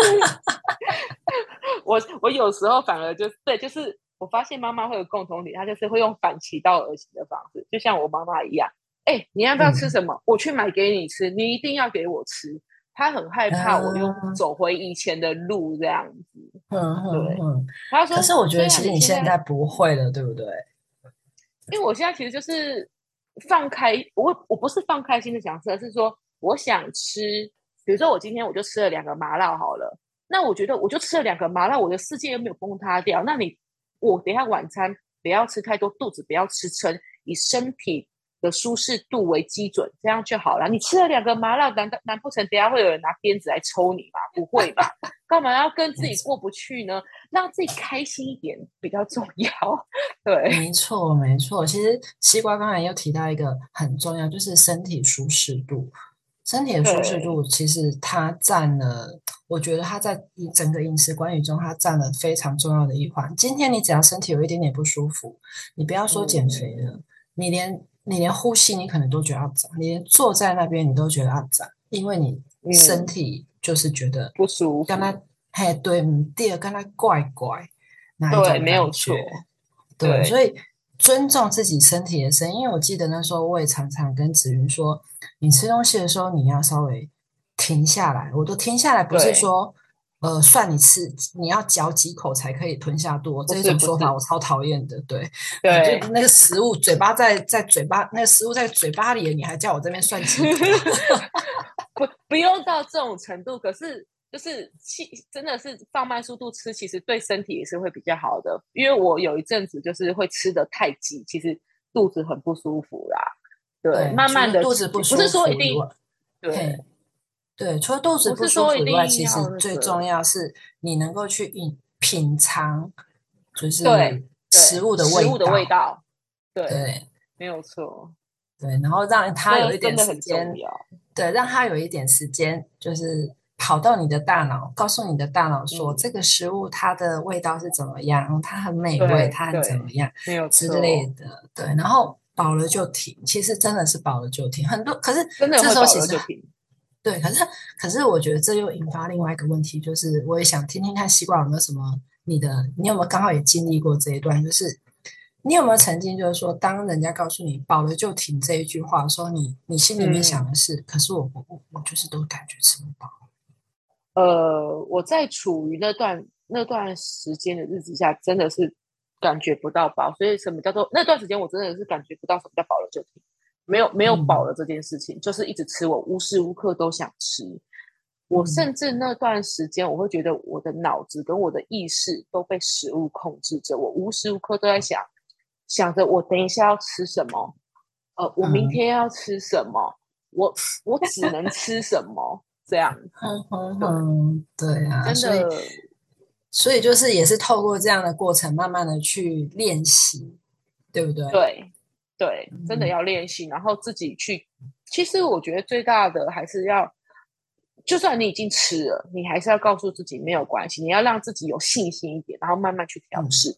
[SPEAKER 1] 我我有时候反而就对，就是我发现妈妈会有共同点，她就是会用反其道而行的方式，就像我妈妈一样。哎、欸你要不要吃
[SPEAKER 2] 嗯
[SPEAKER 1] 什么？我去买给你吃，你一定要给我吃。她很害怕我又
[SPEAKER 2] 嗯
[SPEAKER 1] 走回以前的路这样子。
[SPEAKER 2] 嗯嗯
[SPEAKER 1] 对，
[SPEAKER 2] 嗯。
[SPEAKER 1] 她说，
[SPEAKER 2] 可是我觉得，
[SPEAKER 1] 虽然
[SPEAKER 2] 其实
[SPEAKER 1] 你现在
[SPEAKER 2] 你现在不会了，对不对？
[SPEAKER 1] 因为我现在其实就是放开，我我不是放开心的想吃，而是说我想吃。比如说我今天我就吃了两个麻辣好了，那我觉得我就吃了两个麻辣，我的世界又没有崩塌掉。那你我等一下晚餐不要吃太多，肚子不要吃撑，以身体的舒适度为基准，这样就好了。你吃了两个麻辣，难道难不成等一下会有人拿鞭子来抽你吗？不会吧？干嘛要跟自
[SPEAKER 2] 没错。
[SPEAKER 1] 己过不去呢？让自己开心一点比较重要。对。
[SPEAKER 2] 没错，没错。其实西瓜刚才又提到一个很重要，就是身体舒适度。身体的舒适度，
[SPEAKER 1] 对，
[SPEAKER 2] 其实它占了，我觉得它在一整个饮食管理中，它占了非常重要的一环。今天你只要身体有一点点不舒服，你不要说减肥了，
[SPEAKER 1] 嗯
[SPEAKER 2] 你连你连呼吸你可能都觉得要长，你连坐在那边你都觉得要长，因为你身
[SPEAKER 1] 嗯，
[SPEAKER 2] 体就是觉得
[SPEAKER 1] 不舒
[SPEAKER 2] 跟他
[SPEAKER 1] 服，
[SPEAKER 2] 嘿对，第二跟他怪怪那一
[SPEAKER 1] 对，
[SPEAKER 2] 种
[SPEAKER 1] 没有
[SPEAKER 2] 感觉。
[SPEAKER 1] 错，
[SPEAKER 2] 对，所
[SPEAKER 1] 对，
[SPEAKER 2] 以尊重自己身体的声音，因为我记得那时候我也常常跟子云说，你吃东西的时候你要稍微停下来。我都停下来，不是
[SPEAKER 1] 对，
[SPEAKER 2] 说呃算你吃，你要嚼几口才可以吞下肚，
[SPEAKER 1] 不
[SPEAKER 2] 这一种
[SPEAKER 1] 是不是，
[SPEAKER 2] 说法我超讨厌的。对，呃，就
[SPEAKER 1] 对，
[SPEAKER 2] 那个食物嘴巴在在嘴巴，那个食物在嘴巴里，你还叫我这边算几口？
[SPEAKER 1] 不不用到这种程度，可是就是气真的是放慢速度吃，其实对身体也是会比较好的。因为我有一阵子就是会吃的太急，其实肚子很不舒服啦。对，
[SPEAKER 2] 对，除
[SPEAKER 1] 慢慢的，
[SPEAKER 2] 了肚子不
[SPEAKER 1] 不是
[SPEAKER 2] 舒
[SPEAKER 1] 说一定
[SPEAKER 2] 服以外，嘿，
[SPEAKER 1] 对，
[SPEAKER 2] 对，除了肚子不
[SPEAKER 1] 不是说一
[SPEAKER 2] 舒服以外，
[SPEAKER 1] 定要
[SPEAKER 2] 其实最重
[SPEAKER 1] 那个，
[SPEAKER 2] 要是你能够去品品尝，就
[SPEAKER 1] 对
[SPEAKER 2] 是食
[SPEAKER 1] 对，
[SPEAKER 2] 物的
[SPEAKER 1] 食物的味
[SPEAKER 2] 味道。
[SPEAKER 1] 道，对，
[SPEAKER 2] 对
[SPEAKER 1] 没有错，
[SPEAKER 2] 对，然后让他有一点
[SPEAKER 1] 这真的很重
[SPEAKER 2] 时间，
[SPEAKER 1] 要。
[SPEAKER 2] 对，让他有一点时间，就是跑到你的大脑，告诉你的大脑说这
[SPEAKER 1] 嗯，
[SPEAKER 2] 个食物它的味道是怎么样，它很美味，
[SPEAKER 1] 对
[SPEAKER 2] 它很怎么
[SPEAKER 1] 对，
[SPEAKER 2] 样
[SPEAKER 1] 没有
[SPEAKER 2] 之类
[SPEAKER 1] 错，
[SPEAKER 2] 的。对，然后饱了就停，其实真的是饱了就停。很多，可是
[SPEAKER 1] 真的会
[SPEAKER 2] 这时候其实
[SPEAKER 1] 饱了就停。
[SPEAKER 2] 对，可是可是我觉得这又引发另外一个问题，就是我也想听听看西瓜有没有什么你的，你有没有刚好也经历过这一段，就是你有没有曾经就是说，当人家告诉你饱了就停这一句话，说你你心里面想
[SPEAKER 1] 嗯，
[SPEAKER 2] 的是，可是我我我我就是都感觉吃不饱。
[SPEAKER 1] 呃，我在处于那段那段时间的日子下，真的是感觉不到饱。所以什么叫做那段时间，我真的是感觉不到什么叫饱了就停，没有没有饱
[SPEAKER 2] 嗯
[SPEAKER 1] 了这件事情，就是一直吃，我无时无刻都想吃。我
[SPEAKER 2] 嗯
[SPEAKER 1] 甚至那段时间，我会觉得我的脑子跟我的意识都被食物控制着，我无时无刻都在想，想着我等一下要吃什么，呃，我明
[SPEAKER 2] 嗯
[SPEAKER 1] 天要吃什么，我我只能吃什么，这样子，
[SPEAKER 2] 嗯嗯
[SPEAKER 1] 对，
[SPEAKER 2] 嗯，对啊，
[SPEAKER 1] 真
[SPEAKER 2] 所以
[SPEAKER 1] 的，
[SPEAKER 2] 所以就是也是透过这样的过程，慢慢的去练习，对不对？
[SPEAKER 1] 对对，真的
[SPEAKER 2] 嗯
[SPEAKER 1] 要练习，然后自己去。其实我觉得最大的还是要，就算你已经吃了，你还是要告诉自己没有关系，你要让自己有信心一点，然后慢慢去调
[SPEAKER 2] 嗯
[SPEAKER 1] 试。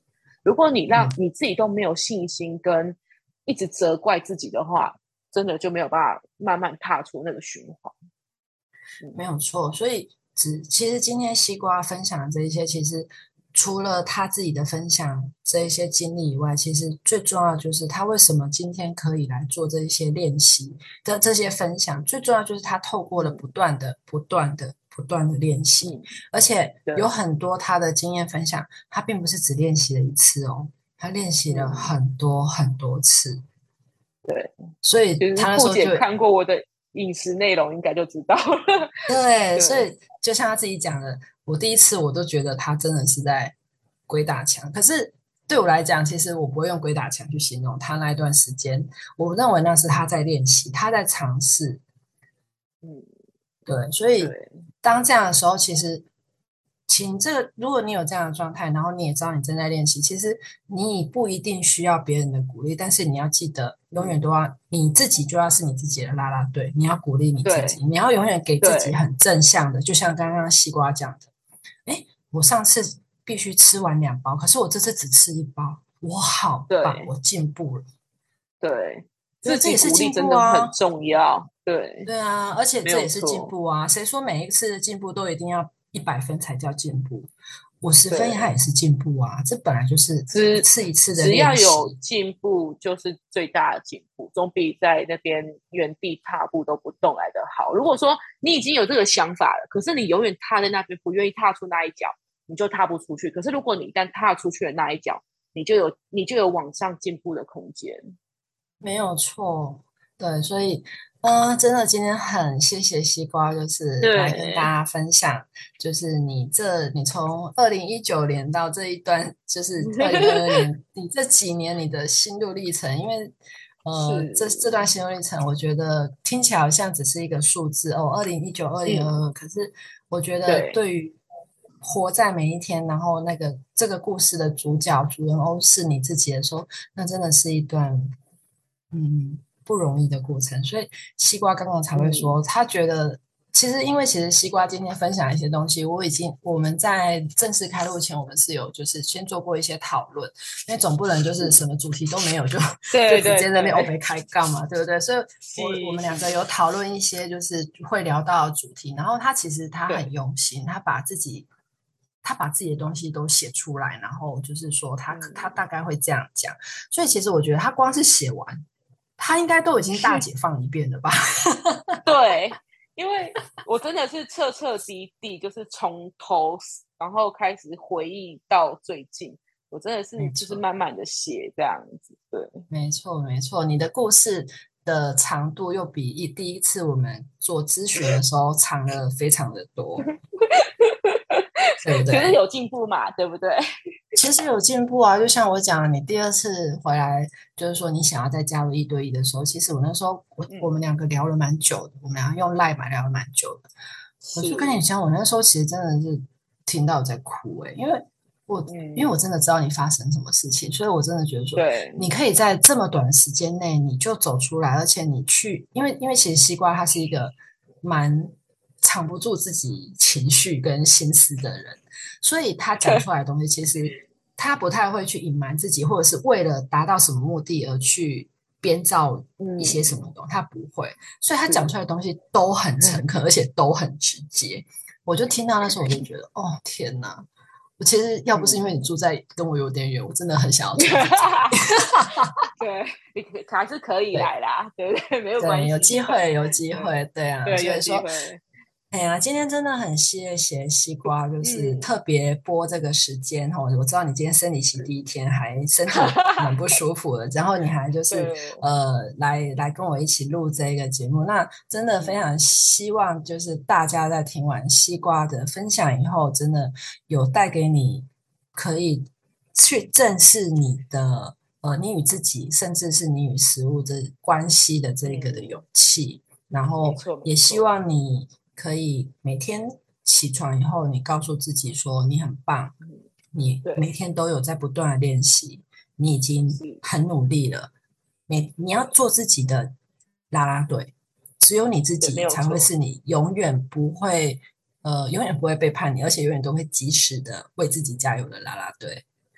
[SPEAKER 1] 如果你让
[SPEAKER 2] 嗯
[SPEAKER 1] 你自己都没有信心，跟一直责怪自己的话，真的就没有办法慢慢踏出那个循环。嗯，
[SPEAKER 2] 没有错，所以只其实今天西瓜分享的这一些，其实除了他自己的分享这一些经历以外，其实最重要的就是他为什么今天可以来做这一些练习的这些分享，最重要就是他透过了不断的、不断的、不断的练习，
[SPEAKER 1] 嗯，
[SPEAKER 2] 而且有
[SPEAKER 1] 对，
[SPEAKER 2] 很多他的经验分享，他并不是只练习了一次哦，他练习了
[SPEAKER 1] 嗯，
[SPEAKER 2] 很多很多次，
[SPEAKER 1] 对，
[SPEAKER 2] 所以
[SPEAKER 1] 其实
[SPEAKER 2] 他那时候就
[SPEAKER 1] 兔姐看过我的饮食内容，应该就知道了。
[SPEAKER 2] 对，所
[SPEAKER 1] 对，
[SPEAKER 2] 以就像他自己讲的，我第一次我都觉得他真的是在鬼打墙。可是对我来讲，其实我不会用鬼打墙去形容他那一段时间。我认为那是他在练习，他在尝试。
[SPEAKER 1] 嗯，
[SPEAKER 2] 对，所以
[SPEAKER 1] 对，
[SPEAKER 2] 当这样的时候，其实，请这个，如果你有这样的状态，然后你也知道你正在练习，其实你不一定需要别人的鼓励，但是你要记得，永远都
[SPEAKER 1] 嗯，
[SPEAKER 2] 要你自己就要是你自己的啦啦队，你要鼓励你自
[SPEAKER 1] 对，
[SPEAKER 2] 己，你要永远给自己
[SPEAKER 1] 对，
[SPEAKER 2] 很正向的，就像刚刚西瓜讲的，诶，我上次必须吃完两包，可是我这次只吃一包，我好棒，
[SPEAKER 1] 对，
[SPEAKER 2] 我进步了，
[SPEAKER 1] 对，
[SPEAKER 2] 对，
[SPEAKER 1] 自己
[SPEAKER 2] 这也是进
[SPEAKER 1] 鼓励真的很
[SPEAKER 2] 步啊。
[SPEAKER 1] 重要。对，
[SPEAKER 2] 对啊，而且
[SPEAKER 1] 没
[SPEAKER 2] 这也是进
[SPEAKER 1] 有错。
[SPEAKER 2] 步啊！谁说每一次的进步都一定要一百分才叫进步？五十分它
[SPEAKER 1] 对，
[SPEAKER 2] 也是进步啊！这本来就是一
[SPEAKER 1] 只
[SPEAKER 2] 次一次的
[SPEAKER 1] 只要
[SPEAKER 2] 练
[SPEAKER 1] 有
[SPEAKER 2] 习。
[SPEAKER 1] 进步，就是最大的进步，总比在那边原地踏步都不动来的好。如果说你已经有这个想法了，可是你永远踏在那边，不愿意踏出那一脚，你就踏不出去。可是如果你一旦踏出去的那一脚，你就有你就有往上进步的空间。
[SPEAKER 2] 没有错，对，所以，嗯、真的今天很谢谢西瓜，就是来跟大
[SPEAKER 1] 对，
[SPEAKER 2] 家分享，就是你这你从二零一九年到这一段，就是二零二二年，你这几年你的心路历程，因为，呃，这这
[SPEAKER 1] 是，
[SPEAKER 2] 段心路历程，我觉得听起来好像只是一个数字哦，二零一九、二零二
[SPEAKER 1] 嗯，
[SPEAKER 2] 二，可是我觉得
[SPEAKER 1] 对，
[SPEAKER 2] 对于活在每一天，然后那个这个故事的主角、主人翁是你自己的时候，那真的是一段。嗯，不容易的过程，所以西瓜刚刚才会说，
[SPEAKER 1] 嗯，
[SPEAKER 2] 他觉得其实因为其实西瓜今天分享一些东西，我已经我们在正式开录前，我们是有就是先做过一些讨论，因为总不能就是什
[SPEAKER 1] 是，
[SPEAKER 2] 么主题都没有就就
[SPEAKER 1] 对
[SPEAKER 2] 直接在那边欧
[SPEAKER 1] 对对，
[SPEAKER 2] 北开杠嘛，对不对？所以我我们两个
[SPEAKER 1] 是是，
[SPEAKER 2] 有讨论一些就是会聊到的主题，然后他其实他很
[SPEAKER 1] 对，
[SPEAKER 2] 用心，他把自己。他把自己的东西都写出来，然后就是说他他
[SPEAKER 1] 嗯。
[SPEAKER 2] 大概会这样讲，所以其实我觉得他光是写完，他应该都已经大解放一遍了吧？
[SPEAKER 1] 对，因为我真的是彻彻底底，就是从头然后开始回忆到最近，我真的是就是
[SPEAKER 2] 没错，
[SPEAKER 1] 慢慢的写这样子。对，
[SPEAKER 2] 没错，没错。你的故事的长度又比一第一次我们做咨询的时候长了非常的多，对不对？
[SPEAKER 1] 其实有进步嘛，对不对？
[SPEAKER 2] 其实有进步啊，就像我讲，你第二次回来，就是说你想要再加入一对一的时候，其实我那时候我我们
[SPEAKER 1] 嗯，
[SPEAKER 2] 两个聊了蛮久的，我们两个用赖嘛聊了蛮久的。我就跟你
[SPEAKER 1] 是，
[SPEAKER 2] 讲，我那时候其实真的是听到我在哭诶、欸因为我因为我
[SPEAKER 1] 嗯，
[SPEAKER 2] 真的知道你发生什么事情，所以我真的觉得说，
[SPEAKER 1] 对，
[SPEAKER 2] 你可以在这么短的时间内你就走出来，而且你去，因为因为其实西瓜他是一个蛮藏不住自己情绪跟心思的人，所以他讲出来的东西，其实他不太会去隐瞒自己，或者是为了达到什么目的而去编造一些什么
[SPEAKER 1] 嗯，
[SPEAKER 2] 东西，他不会。所以他讲出
[SPEAKER 1] 是，
[SPEAKER 2] 来的东西都很诚恳，而且都很直接。我就听到那时候，我就觉得，哦天哪！我其实要不是因为你
[SPEAKER 1] 嗯，
[SPEAKER 2] 住在跟我有点远，我真的很想要住在这里。
[SPEAKER 1] 对，你可还是可以
[SPEAKER 2] 对
[SPEAKER 1] 来啦，对不对？没有关
[SPEAKER 2] 对，有
[SPEAKER 1] 系的，
[SPEAKER 2] 机会，有机
[SPEAKER 1] 对
[SPEAKER 2] 会，对啊。
[SPEAKER 1] 对，有机
[SPEAKER 2] 所以说，
[SPEAKER 1] 会，
[SPEAKER 2] 哎呀，今天真的很谢谢西瓜，就是
[SPEAKER 1] 嗯，
[SPEAKER 2] 特别播这个时间哈。我知道你今天生理期第一天还身体蛮不舒服的，然后你还就是
[SPEAKER 1] 对，
[SPEAKER 2] 呃来来跟我一起录这个节目，那真的非常
[SPEAKER 1] 嗯，
[SPEAKER 2] 希望就是大家在听完西瓜的分享以后，真的有带给你可以去正视你的呃你与自己，甚至是你与食物这关系的这个的勇
[SPEAKER 1] 嗯，
[SPEAKER 2] 气。然后
[SPEAKER 1] 没错，没
[SPEAKER 2] 也希
[SPEAKER 1] 错，
[SPEAKER 2] 望你可以每天起床以后，你告诉自己说你很棒，
[SPEAKER 1] 嗯，
[SPEAKER 2] 你每
[SPEAKER 1] 对，
[SPEAKER 2] 天都有在不断的练习，你已经
[SPEAKER 1] 是，
[SPEAKER 2] 很努力了。每你要做自己的啦啦队，只有你自
[SPEAKER 1] 对，没
[SPEAKER 2] 己才会
[SPEAKER 1] 有错，
[SPEAKER 2] 是你永远不会呃永远不会背叛你，而且永远都会及时的为自己加油的啦啦队。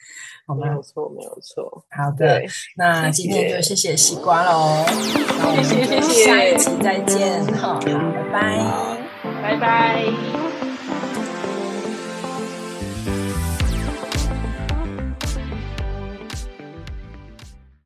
[SPEAKER 2] 好吗？
[SPEAKER 1] 没有错，没有错。
[SPEAKER 2] 好的，那今天就谢谢西瓜喽，那我们就下一集再见，好，拜拜，
[SPEAKER 1] 拜拜。